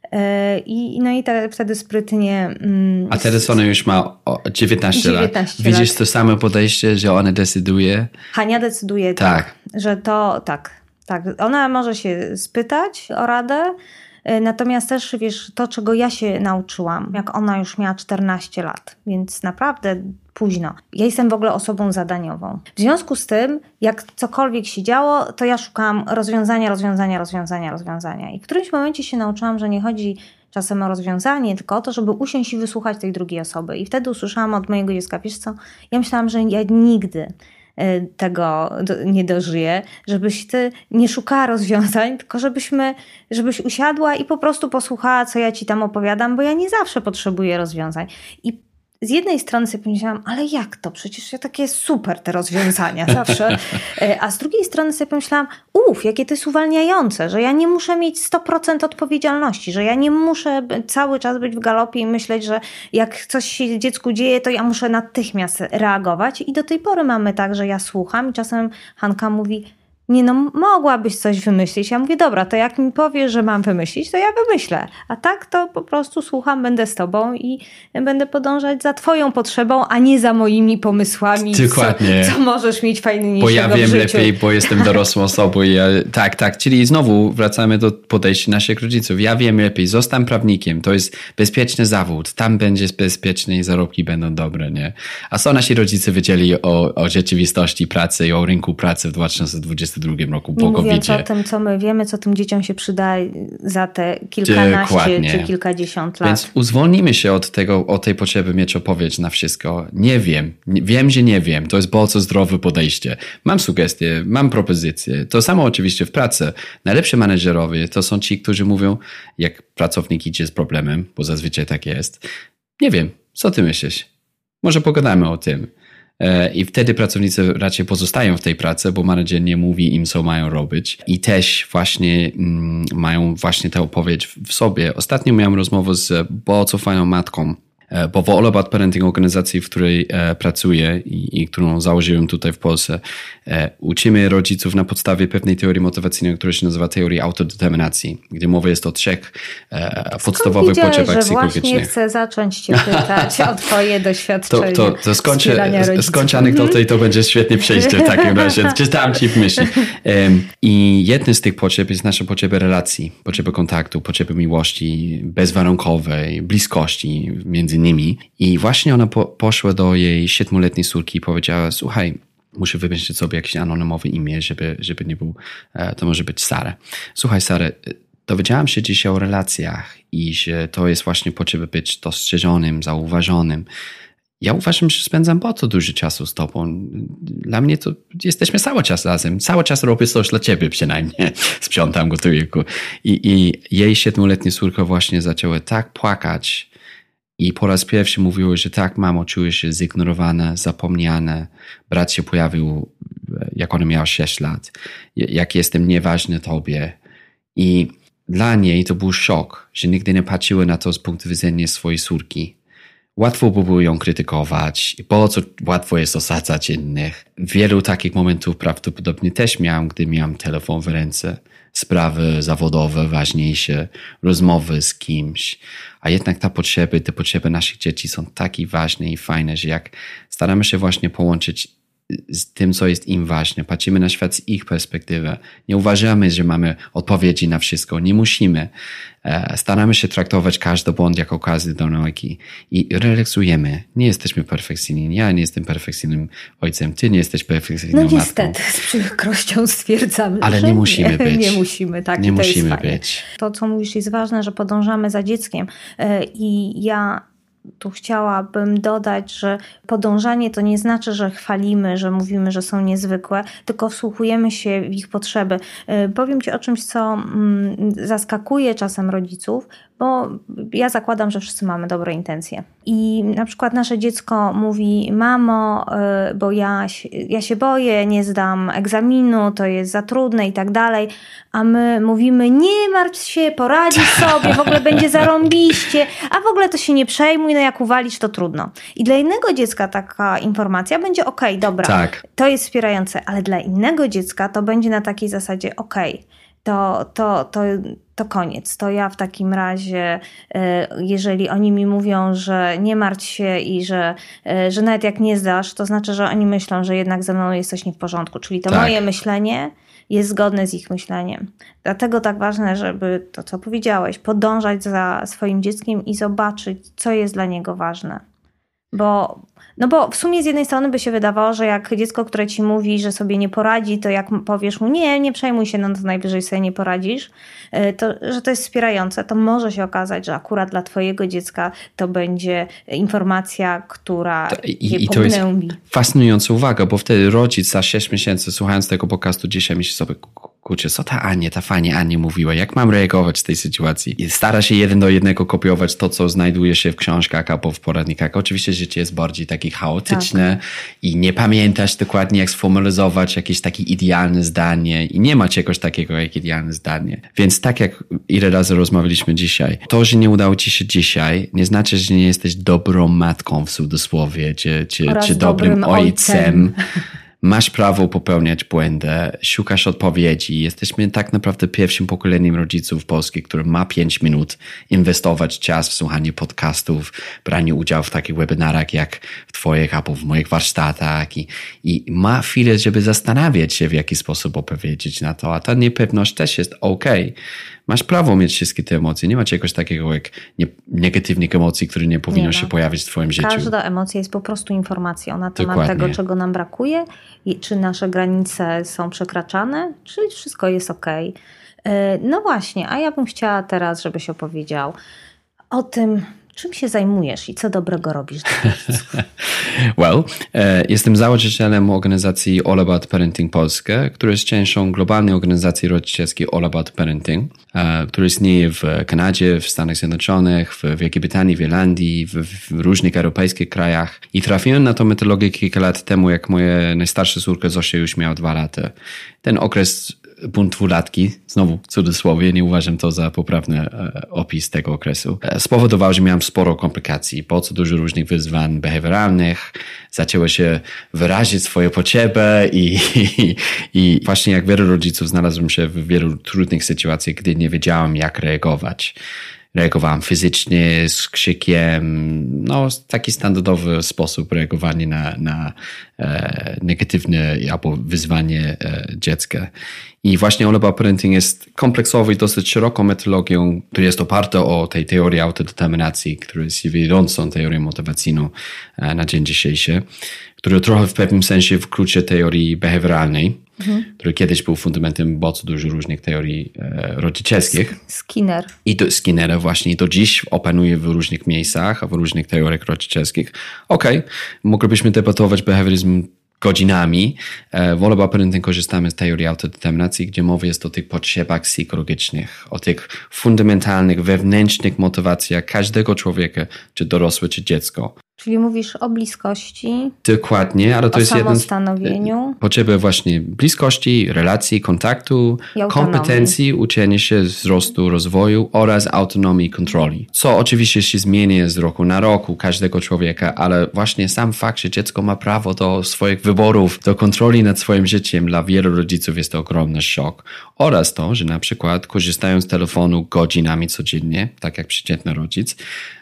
I wtedy sprytnie... A teraz ona już ma 19 lat. Widzisz to samo podejście, że ona decyduje? Hania decyduje tak, że to tak. Ona może się spytać o radę, natomiast też, wiesz, to, czego ja się nauczyłam, jak ona już miała 14 lat, więc naprawdę późno. Ja jestem w ogóle osobą zadaniową. W związku z tym, jak cokolwiek się działo, to ja szukałam rozwiązania. I w którymś momencie się nauczyłam, że nie chodzi czasem o rozwiązanie, tylko o to, żeby usiąść i wysłuchać tej drugiej osoby. I wtedy usłyszałam od mojego dziecka, wiesz co, ja myślałam, że ja nigdy tego nie dożyję, żebyś ty nie szukała rozwiązań, tylko żebyś usiadła i po prostu posłuchała, co ja ci tam opowiadam, bo ja nie zawsze potrzebuję rozwiązań. I z jednej strony sobie pomyślałam, ale jak to? Przecież ja takie super te rozwiązania zawsze. A z drugiej strony sobie pomyślałam, jakie to jest uwalniające, że ja nie muszę mieć 100% odpowiedzialności, że ja nie muszę cały czas być w galopie i myśleć, że jak coś się dziecku dzieje, to ja muszę natychmiast reagować. I do tej pory mamy tak, że ja słucham i czasem Hanka mówi, nie no, mogłabyś coś wymyślić. Ja mówię, dobra, to jak mi powiesz, że mam wymyślić, to ja wymyślę. A tak to po prostu słucham, będę z tobą i będę podążać za twoją potrzebą, a nie za moimi pomysłami. Dokładnie. Co możesz mieć fajniejszego bo ja wiem w życiu. Lepiej, bo jestem dorosłą osobą. Tak. Czyli znowu wracamy do podejścia naszych rodziców. Ja wiem lepiej, zostań prawnikiem. To jest bezpieczny zawód. Tam będziesz bezpieczny i zarobki będą dobre, nie? A co nasi rodzice wiedzieli o rzeczywistości pracy i o rynku pracy w 2022 roku po COVID-zie. Nie mówiąc o tym, co my wiemy, co tym dzieciom się przyda za te kilkanaście czy kilkadziesiąt lat. Więc uwolnimy się od tej potrzeby mieć odpowiedź na wszystko. Nie wiem. Wiem, że nie wiem. To jest bardzo zdrowe podejście. Mam sugestie, mam propozycje. To samo oczywiście w pracy. Najlepsi menedżerowie to są ci, którzy mówią, jak pracownik idzie z problemem, bo zazwyczaj tak jest. Nie wiem, co ty myślisz? Może pogadamy o tym. I wtedy pracownicy raczej pozostają w tej pracy, bo menedżer nie mówi im, co mają robić i też właśnie mają właśnie tę odpowiedź w sobie. Ostatnio miałem rozmowę z bardzo fajną matką, Bo w All About Parenting, organizacji, w której pracuję i którą założyłem tutaj w Polsce, uczymy rodziców na podstawie pewnej teorii motywacyjnej, która się nazywa teorii autodeterminacji, gdzie mowa jest o 3 podstawowych potrzebach psychologicznych. Właśnie chcę zacząć cię pytać o twoje doświadczenie. To skończę anegdotę i to będzie świetnie przejście w takim razie. Czytałem ci w myśli. I jednym z tych potrzeb jest nasza potrzeba relacji, potrzeba kontaktu, potrzeba miłości bezwarunkowej, bliskości między nimi. I właśnie ona poszła do jej 7-letniej córki i powiedziała: słuchaj, muszę wymyślić sobie jakieś anonimowe imię, żeby nie był, to może być Sara. Słuchaj, Sara, dowiedziałam się dzisiaj o relacjach i że to jest właśnie potrzeba być dostrzeżonym, zauważonym. Ja uważam, że spędzam bardzo dużo czasu z tobą. Dla mnie to jesteśmy cały czas razem. Cały czas robię coś dla ciebie przynajmniej. Sprzątam, gotuję. I jej 7-letnia córka właśnie zaczęła tak płakać i po raz pierwszy mówiła, że tak, mamo, czuję się zignorowana, zapomniana. Brat się pojawił, jak ona miała 6 lat. Jak jestem nieważny tobie. I dla niej to był szok, że nigdy nie patrzyła na to z punktu widzenia swojej córki. Łatwo by było ją krytykować, bo co łatwo jest osadzać innych. Wielu takich momentów prawdopodobnie też miałem, gdy miałem telefon w ręce. Sprawy zawodowe, ważniejsze, rozmowy z kimś. A jednak te potrzeby naszych dzieci są takie ważne i fajne, że jak staramy się właśnie połączyć z tym, co jest im ważne, patrzymy na świat z ich perspektywy, nie uważamy, że mamy odpowiedzi na wszystko, nie musimy. Staramy się traktować każdy błąd jako okazję do nauki i relaksujemy. Nie jesteśmy perfekcyjni. Ja nie jestem perfekcyjnym ojcem, ty nie jesteś perfekcyjną matką. No niestety, z przykrością stwierdzam, ale że nie musimy być. Nie musimy, tak. Nie to musimy jest być. To, co mówisz, jest ważne, że podążamy za dzieckiem i ja tu chciałabym dodać, że podążanie to nie znaczy, że chwalimy, że mówimy, że są niezwykłe, tylko wsłuchujemy się w ich potrzeby. Powiem ci o czymś, co zaskakuje czasem rodziców, bo ja zakładam, że wszyscy mamy dobre intencje. I na przykład nasze dziecko mówi: mamo, bo ja się boję, nie zdam egzaminu, to jest za trudne i tak dalej, a my mówimy: nie martw się, poradzisz sobie, w ogóle będzie zarąbiście, a w ogóle to się nie przejmuj, no jak uwalisz, to trudno. I dla innego dziecka taka informacja będzie okej, dobra, tak. To jest wspierające, ale dla innego dziecka to będzie na takiej zasadzie okej, to koniec. To ja w takim razie, jeżeli oni mi mówią, że nie martw się i że nawet jak nie zdasz, to znaczy, że oni myślą, że jednak ze mną jest coś nie w porządku. Czyli to moje myślenie jest zgodne z ich myśleniem. Dlatego tak ważne, żeby to, co powiedziałeś, podążać za swoim dzieckiem i zobaczyć, co jest dla niego ważne. Bo w sumie z jednej strony by się wydawało, że jak dziecko, które ci mówi, że sobie nie poradzi, to jak powiesz mu: nie przejmuj się, no to najwyżej sobie nie poradzisz, że to jest wspierające, to może się okazać, że akurat dla twojego dziecka to będzie informacja, która je pognębi. To jest fascynująca uwaga, bo wtedy rodzic za 6 miesięcy, słuchając tego podcastu dzisiaj, myśli sobie: kurczę, co ta fajnie Ania mówiła, jak mam reagować w tej sytuacji? I stara się 1 do 1 kopiować to, co znajduje się w książkach albo w poradnikach. Oczywiście życie jest bardziej takie chaotyczne i nie pamiętasz dokładnie, jak sformalizować jakieś takie idealne zdanie i nie ma czegoś takiego jak idealne zdanie. Więc tak jak ile razy rozmawialiśmy dzisiaj, to, że nie udało ci się dzisiaj, nie znaczy, że nie jesteś dobrą matką w cudzysłowie, czy dobrym ojcem. Masz prawo popełniać błędy, szukasz odpowiedzi. Jesteśmy tak naprawdę pierwszym pokoleniem rodziców polskich, który ma 5 minut inwestować czas w słuchanie podcastów, branie udziału w takich webinarach jak w twoich albo w moich warsztatach i ma chwilę, żeby zastanawiać się, w jaki sposób opowiedzieć na to, a ta niepewność też jest okej. Masz prawo mieć wszystkie te emocje. Nie ma czegoś takiego jak negatywnych emocji, które nie powinno się pojawić w twoim życiu. Każda emocja jest po prostu informacją na temat tego, czego nam brakuje, czy nasze granice są przekraczane, czy wszystko jest okej. No właśnie, a ja bym chciała teraz, żebyś opowiedział o tym, czym się zajmujesz i co dobrego robisz dla rodziców. Jestem założycielem organizacji All About Parenting Polskę, która jest częścią globalnej organizacji rodzicielskiej All About Parenting, która istnieje w Kanadzie, w Stanach Zjednoczonych, w Wielkiej Brytanii, w Irlandii, w różnych europejskich krajach. I trafiłem na tą metodologię kilka lat temu, jak moja najstarsza córka Zosia już miała 2 lata. Ten okres bunt dwulatki, znowu w cudzysłowie, nie uważam to za poprawny opis tego okresu, spowodował, że miałem sporo komplikacji, bardzo dużo różnych wyzwań behawioralnych, zaczęło się wyrazić swoje potrzeby i właśnie jak wielu rodziców znalazłem się w wielu trudnych sytuacjach, gdy nie wiedziałem, jak reagować. Reagowałem fizycznie, z krzykiem, taki standardowy sposób reagowania na negatywne albo wyzwanie dziecka. I właśnie All About Parenting jest kompleksowy i dosyć szeroką metodologią, która jest oparta o tej teorii autodeterminacji, która jest wiodącą teorią motywacyjną na dzień dzisiejszy, która trochę w pewnym sensie wklucza teorii behawioralnej, który kiedyś był fundamentem bardzo dużo różnych teorii rodzicielskich. Skinner. I do Skinnera właśnie. I do dziś opanuje w różnych miejscach, w różnych teoriach rodzicielskich. Okej, moglibyśmy debatować behawioryzm godzinami. W All About Parenting korzystamy z teorii autodeterminacji, gdzie mowa jest o tych potrzebach psychologicznych, o tych fundamentalnych, wewnętrznych motywacjach każdego człowieka, czy dorosłe, czy dziecko. Czyli mówisz o bliskości. Dokładnie, ale to jest jeden z potrzeby właśnie bliskości, relacji, kontaktu, kompetencji, uczenia się, wzrostu, rozwoju oraz autonomii i kontroli. Co oczywiście się zmienia z roku na rok u każdego człowieka, ale właśnie sam fakt, że dziecko ma prawo do swoich wyborów, do kontroli nad swoim życiem, dla wielu rodziców jest to ogromny szok. Oraz to, że na przykład korzystają z telefonu godzinami codziennie, tak jak przeciętny rodzic,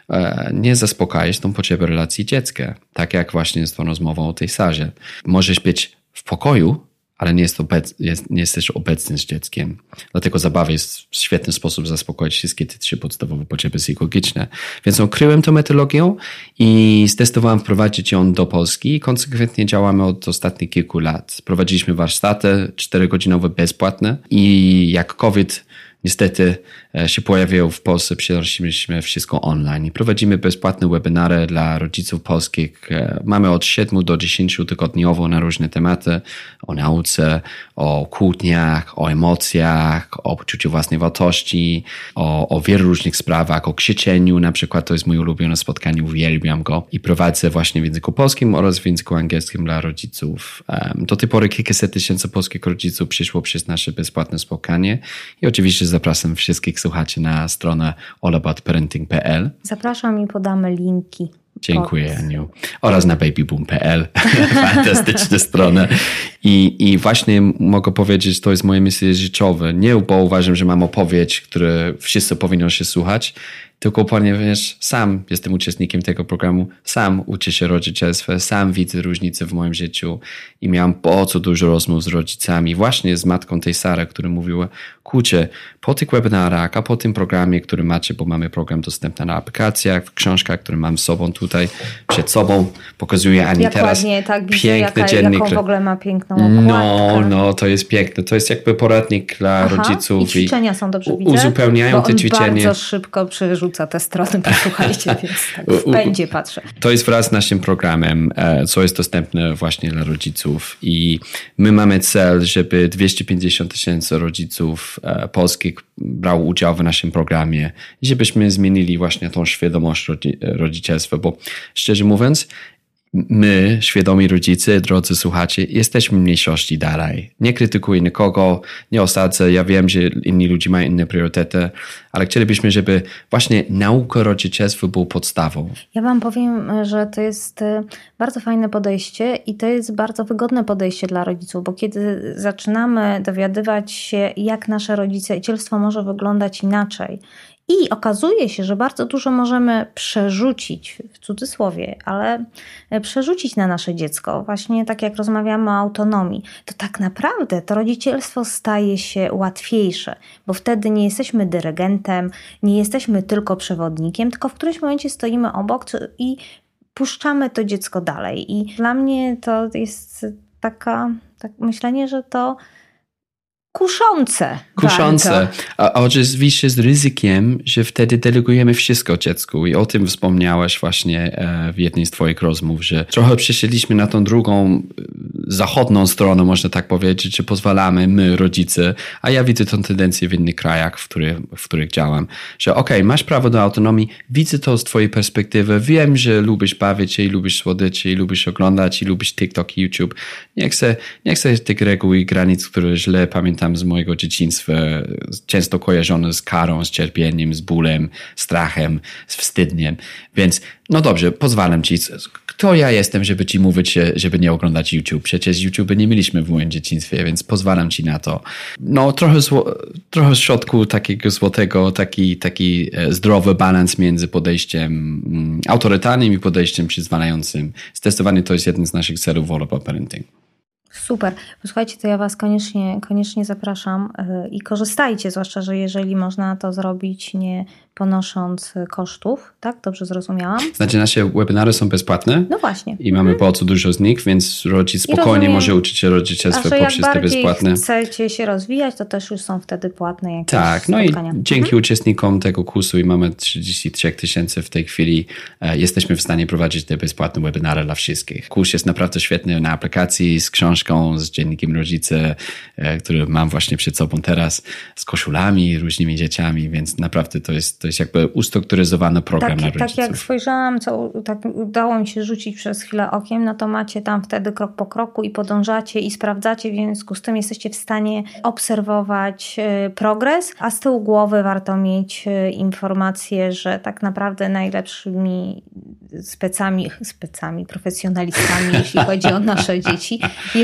nie zaspokajać tą potrzebę relacji dziecka. Tak jak właśnie jest to rozmową o tej sarze. Możesz być w pokoju, ale nie jesteś obecny z dzieckiem. Dlatego zabawa jest świetny sposób zaspokoić wszystkie te 3 podstawowe potrzeby psychologiczne. Więc odkryłem tę metodologię i zdecydowałem wprowadzić ją do Polski i konsekwentnie działamy od ostatnich kilku lat. Prowadziliśmy warsztaty 4-godzinowe bezpłatne i jak COVID niestety się pojawił w Polsce, przenosiliśmy wszystko online i prowadzimy bezpłatne webinary dla rodziców polskich. Mamy od 7 do 10 tygodniowo na różne tematy, o nauce, o kłótniach, o emocjach, o poczuciu własnej wartości, o wielu różnych sprawach, o krzyczeniu, na przykład to jest moje ulubione spotkanie, uwielbiam go i prowadzę właśnie w języku polskim oraz w języku angielskim dla rodziców. Do tej pory kilkaset tysięcy polskich rodziców przyszło przez nasze bezpłatne spotkanie i oczywiście zapraszam wszystkich słuchaczy na stronę allaboutparenting.pl. Zapraszam i podamy linki. Dziękuję, Aniu. Oraz na babyboom.pl. Fantastyczna strona. I właśnie mogę powiedzieć, to jest moje misje życiowe. Nie bo uważam, że mam opowieść, które wszyscy powinno się słuchać, tylko ponieważ sam jestem uczestnikiem tego programu, sam uczę się rodzicielstwa, sam widzę różnice w moim życiu i miałem bardzo dużo rozmów z rodzicami, właśnie z matką tej Sary, która mówiła, kurczę, po tych webinarach, a po tym programie, który macie, bo mamy program dostępny na aplikacjach, w książkach, które mam z sobą tutaj, przed sobą, pokazuję Ani teraz ładnie, tak, piękny dziennik. Jaką w ogóle ma piękną okładkę. No, to jest piękne. To jest jakby poradnik dla rodziców. I ćwiczenia są, dobrze widzę? Uzupełniają te ćwiczenia. Bardzo szybko przerzuca te strony, posłuchajcie, więc tak w pędzie patrzę. To jest wraz z naszym programem, co jest dostępne właśnie dla rodziców i my mamy cel, żeby 250 000 rodziców polskich brało udział w naszym programie i żebyśmy zmienili właśnie tą świadomość rodzicielstwa, bo szczerze mówiąc, my, świadomi rodzice, drodzy słuchacze, jesteśmy mniejszości dalej. Nie krytykuję nikogo, nie osadzę. Ja wiem, że inni ludzie mają inne priorytety, ale chcielibyśmy, żeby właśnie nauka rodzicielstwa była podstawą. Ja wam powiem, że to jest bardzo fajne podejście i to jest bardzo wygodne podejście dla rodziców, bo kiedy zaczynamy dowiadywać się, jak nasze rodzicielstwo może wyglądać inaczej, i okazuje się, że bardzo dużo możemy przerzucić, w cudzysłowie, ale przerzucić na nasze dziecko. Właśnie tak jak rozmawiamy o autonomii, to tak naprawdę to rodzicielstwo staje się łatwiejsze, bo wtedy nie jesteśmy dyrygentem, nie jesteśmy tylko przewodnikiem, tylko w którymś momencie stoimy obok i puszczamy to dziecko dalej. I dla mnie to jest tak myślenie, że to kuszące. A oczywiście z ryzykiem, że wtedy delegujemy wszystko dziecku i o tym wspomniałaś właśnie w jednej z twoich rozmów, że trochę przeszliśmy na tą drugą zachodnią stroną, można tak powiedzieć, że pozwalamy my, rodzice, a ja widzę tę tendencję w innych krajach, w których działam, że masz prawo do autonomii, widzę to z twojej perspektywy, wiem, że lubisz bawić się i lubisz słodycze i lubisz oglądać i lubisz TikTok i YouTube. Nie chcę tych reguł i granic, które źle pamiętam z mojego dzieciństwa, często kojarzone z karą, z cierpieniem, z bólem, strachem, z wstydniem. Więc no dobrze, pozwalam ci. Kto ja jestem, żeby ci mówić, żeby nie oglądać YouTube? Przecież YouTube nie mieliśmy w moim dzieciństwie, więc pozwalam ci na to. No trochę w środku takiego złotego, taki zdrowy balans między podejściem autorytarnym i podejściem przyzwalającym. Zdecydowanie to jest jeden z naszych celów All About Parenting. Super. Posłuchajcie, to ja was koniecznie zapraszam i korzystajcie, zwłaszcza, że jeżeli można to zrobić nie ponosząc kosztów, tak? Dobrze zrozumiałam? Znaczy nasze webinary są bezpłatne. No właśnie. I mamy bardzo dużo z nich, więc rodzic spokojnie może uczyć się rodzicielstwa poprzez te bezpłatne. Jak chcecie się rozwijać, to też już są wtedy płatne jakieś spotkania. No i dzięki uczestnikom tego kursu i mamy 33 000 w tej chwili, jesteśmy w stanie prowadzić te bezpłatne webinary dla wszystkich. Kurs jest naprawdę świetny na aplikacji z książką, z dziennikiem rodzice, który mam właśnie przed sobą teraz, z koszulami, różnymi dzieciami, więc naprawdę to jest jakby ustrukturyzowany program dla rodziców. Tak jak spojrzałam, tak udało mi się rzucić przez chwilę okiem, no to macie tam wtedy krok po kroku i podążacie i sprawdzacie, w związku z tym jesteście w stanie obserwować progres, a z tyłu głowy warto mieć informację, że tak naprawdę najlepszymi specami, profesjonalistami, jeśli chodzi o nasze dzieci,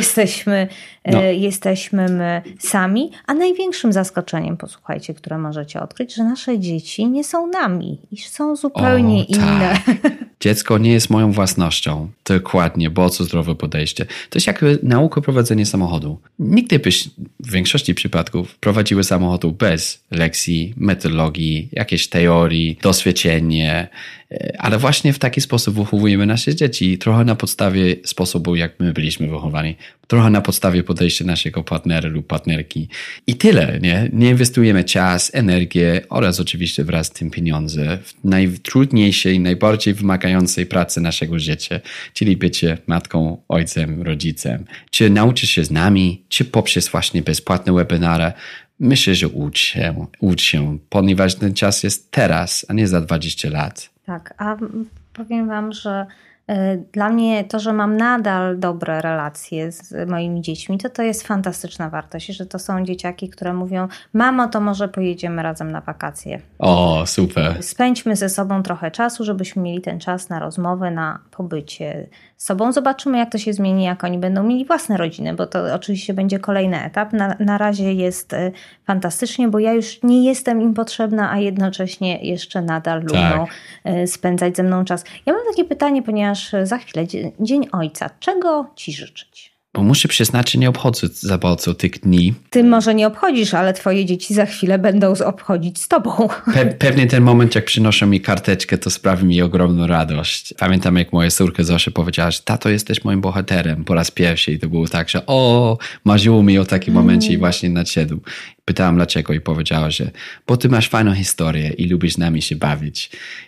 jesteśmy my sami, a największym zaskoczeniem, posłuchajcie, które możecie odkryć, że nasze dzieci nie są nami i są zupełnie inne. Dziecko nie jest moją własnością. Dokładnie, bardzo zdrowe podejście. To jest jak nauka prowadzenia samochodu. Nigdy byś w większości przypadków prowadziły samochodu bez lekcji, metodologii, jakiejś teorii, doświadczenie, ale właśnie w taki sposób wychowujemy nasze dzieci. Trochę na podstawie sposobu, jak my byliśmy wychowani. Trochę na podstawie podejścia naszego partnera lub partnerki. I tyle, nie? Nie inwestujemy czas, energię oraz oczywiście wraz z tym pieniądze w najtrudniejszej, najbardziej wymagającej pracy naszego życia, czyli bycie matką, ojcem, rodzicem. Czy nauczysz się z nami, czy poprzez właśnie bezpłatne webinary. Myślę, że ucz się, ponieważ ten czas jest teraz, a nie za 20 lat. Tak, a powiem wam, że dla mnie to, że mam nadal dobre relacje z moimi dziećmi, to jest fantastyczna wartość, że to są dzieciaki, które mówią: mamo, to może pojedziemy razem na wakacje. O, super. Spędźmy ze sobą trochę czasu, żebyśmy mieli ten czas na rozmowę, na pobycie z sobą. Zobaczymy, jak to się zmieni, jak oni będą mieli własne rodziny, bo to oczywiście będzie kolejny etap. Na razie jest fantastycznie, bo ja już nie jestem im potrzebna, a jednocześnie jeszcze nadal lubią spędzać ze mną czas. Ja mam takie pytanie, ponieważ za chwilę Dzień Ojca. Czego ci życzyć? Bo muszę przyznać, że nie obchodzę za bardzo tych dni. Ty może nie obchodzisz, ale twoje dzieci za chwilę będą obchodzić z tobą. Pewnie ten moment, jak przynoszą mi karteczkę, to sprawi mi ogromną radość. Pamiętam, jak moja córka zawsze powiedziała, że tato, jesteś moim bohaterem po raz pierwszy. I to było tak, że marzyło mi o takim momencie i właśnie nadszedł. Pytałam dlaczego i powiedziała, że bo ty masz fajną historię i lubisz z nami się bawić.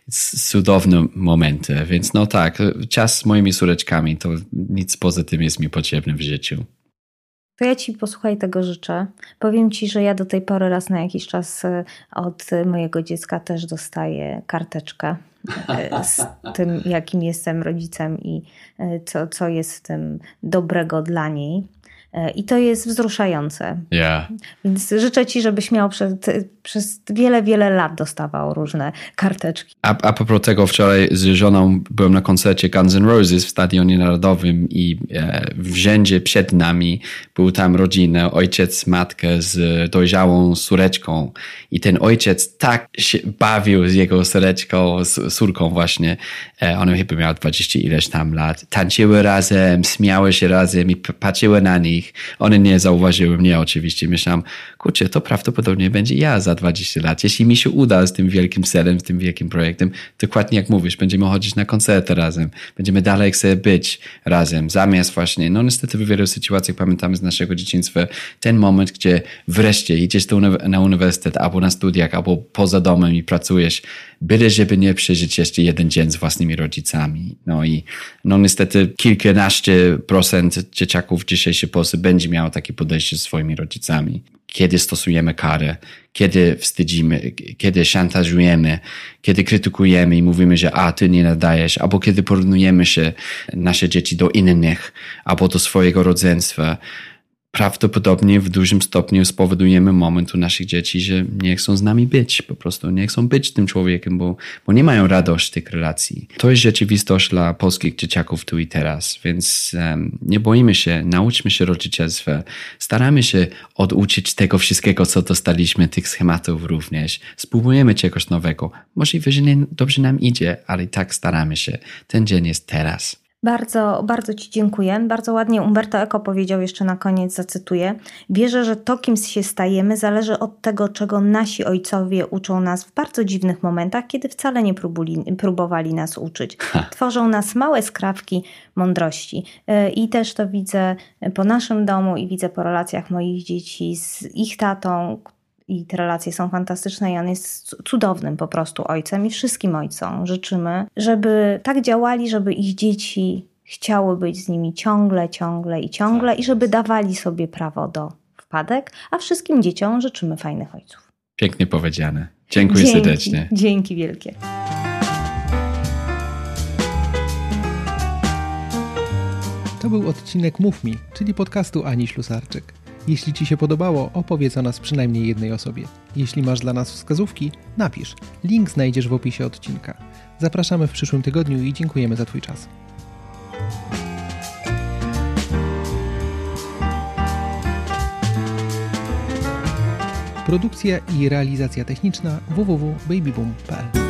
Cudowne momenty. Więc no tak, czas z moimi córeczkami, to nic poza tym jest mi potrzebne w życiu. To ja ci, posłuchaj, tego życzę. Powiem ci, że ja do tej pory raz na jakiś czas od mojego dziecka też dostaję karteczkę z tym, jakim jestem rodzicem i co jest w tym dobrego dla niej. I to jest wzruszające. Yeah. Więc życzę ci, żebyś miał przez wiele, wiele lat dostawał różne karteczki. A propos tego, wczoraj z żoną byłem na koncercie Guns N' Roses w Stadionie Narodowym i w rzędzie przed nami był tam rodzina, ojciec, matkę z dojrzałą córeczką i ten ojciec tak się bawił z jego córką właśnie. Ona chyba miała 20 ileś tam lat. Tańczyły razem, śmiały się razem i patrzyły na nich. One nie zauważyły mnie oczywiście. Myślałam, kurczę, to prawdopodobnie będzie ja za 20 lat. Jeśli mi się uda z tym wielkim celem, z tym wielkim projektem, dokładnie jak mówisz, będziemy chodzić na koncerty razem. Będziemy dalej chcę być razem. Zamiast właśnie, no niestety w wielu sytuacjach pamiętamy z naszego dzieciństwa ten moment, gdzie wreszcie idziesz na uniwersytet albo na studiach, albo poza domem i pracujesz byle żeby nie przeżyć jeszcze jeden dzień z własnymi rodzicami. No i niestety kilkanaście procent dzieciaków w dzisiejszej Polsce będzie miało takie podejście z swoimi rodzicami. Kiedy stosujemy karę, kiedy wstydzimy, kiedy szantażujemy, kiedy krytykujemy i mówimy, że ty nie nadajesz, albo kiedy porównujemy się nasze dzieci do innych, albo do swojego rodzeństwa, prawdopodobnie w dużym stopniu spowodujemy moment u naszych dzieci, że nie chcą z nami być, po prostu nie chcą być tym człowiekiem, bo nie mają radości tych relacji. To jest rzeczywistość dla polskich dzieciaków tu i teraz, więc nie boimy się, nauczmy się rodzicielstwa, staramy się oduczyć tego wszystkiego, co dostaliśmy, tych schematów również. Spróbujemy czegoś nowego. Możliwe, że nie dobrze nam idzie, ale i tak staramy się. Ten dzień jest teraz. Bardzo, bardzo Ci dziękuję. Bardzo ładnie Umberto Eco powiedział jeszcze na koniec, zacytuję: wierzę, że to, kim się stajemy, zależy od tego, czego nasi ojcowie uczą nas w bardzo dziwnych momentach, kiedy wcale nie próbowali nas uczyć. Tworzą nas małe skrawki mądrości. I też to widzę po naszym domu i widzę po relacjach moich dzieci z ich tatą. I te relacje są fantastyczne i on jest cudownym po prostu ojcem i wszystkim ojcom życzymy, żeby tak działali, żeby ich dzieci chciały być z nimi ciągle i żeby dawali sobie prawo do wpadek, a wszystkim dzieciom życzymy fajnych ojców. Pięknie powiedziane. Dziękuję serdecznie. Dzięki wielkie. To był odcinek Mów Mi, czyli podcastu Ani Ślusarczyk. Jeśli Ci się podobało, opowiedz o nas przynajmniej jednej osobie. Jeśli masz dla nas wskazówki, napisz. Link znajdziesz w opisie odcinka. Zapraszamy w przyszłym tygodniu i dziękujemy za Twój czas. Produkcja i realizacja techniczna www.babyboom.pl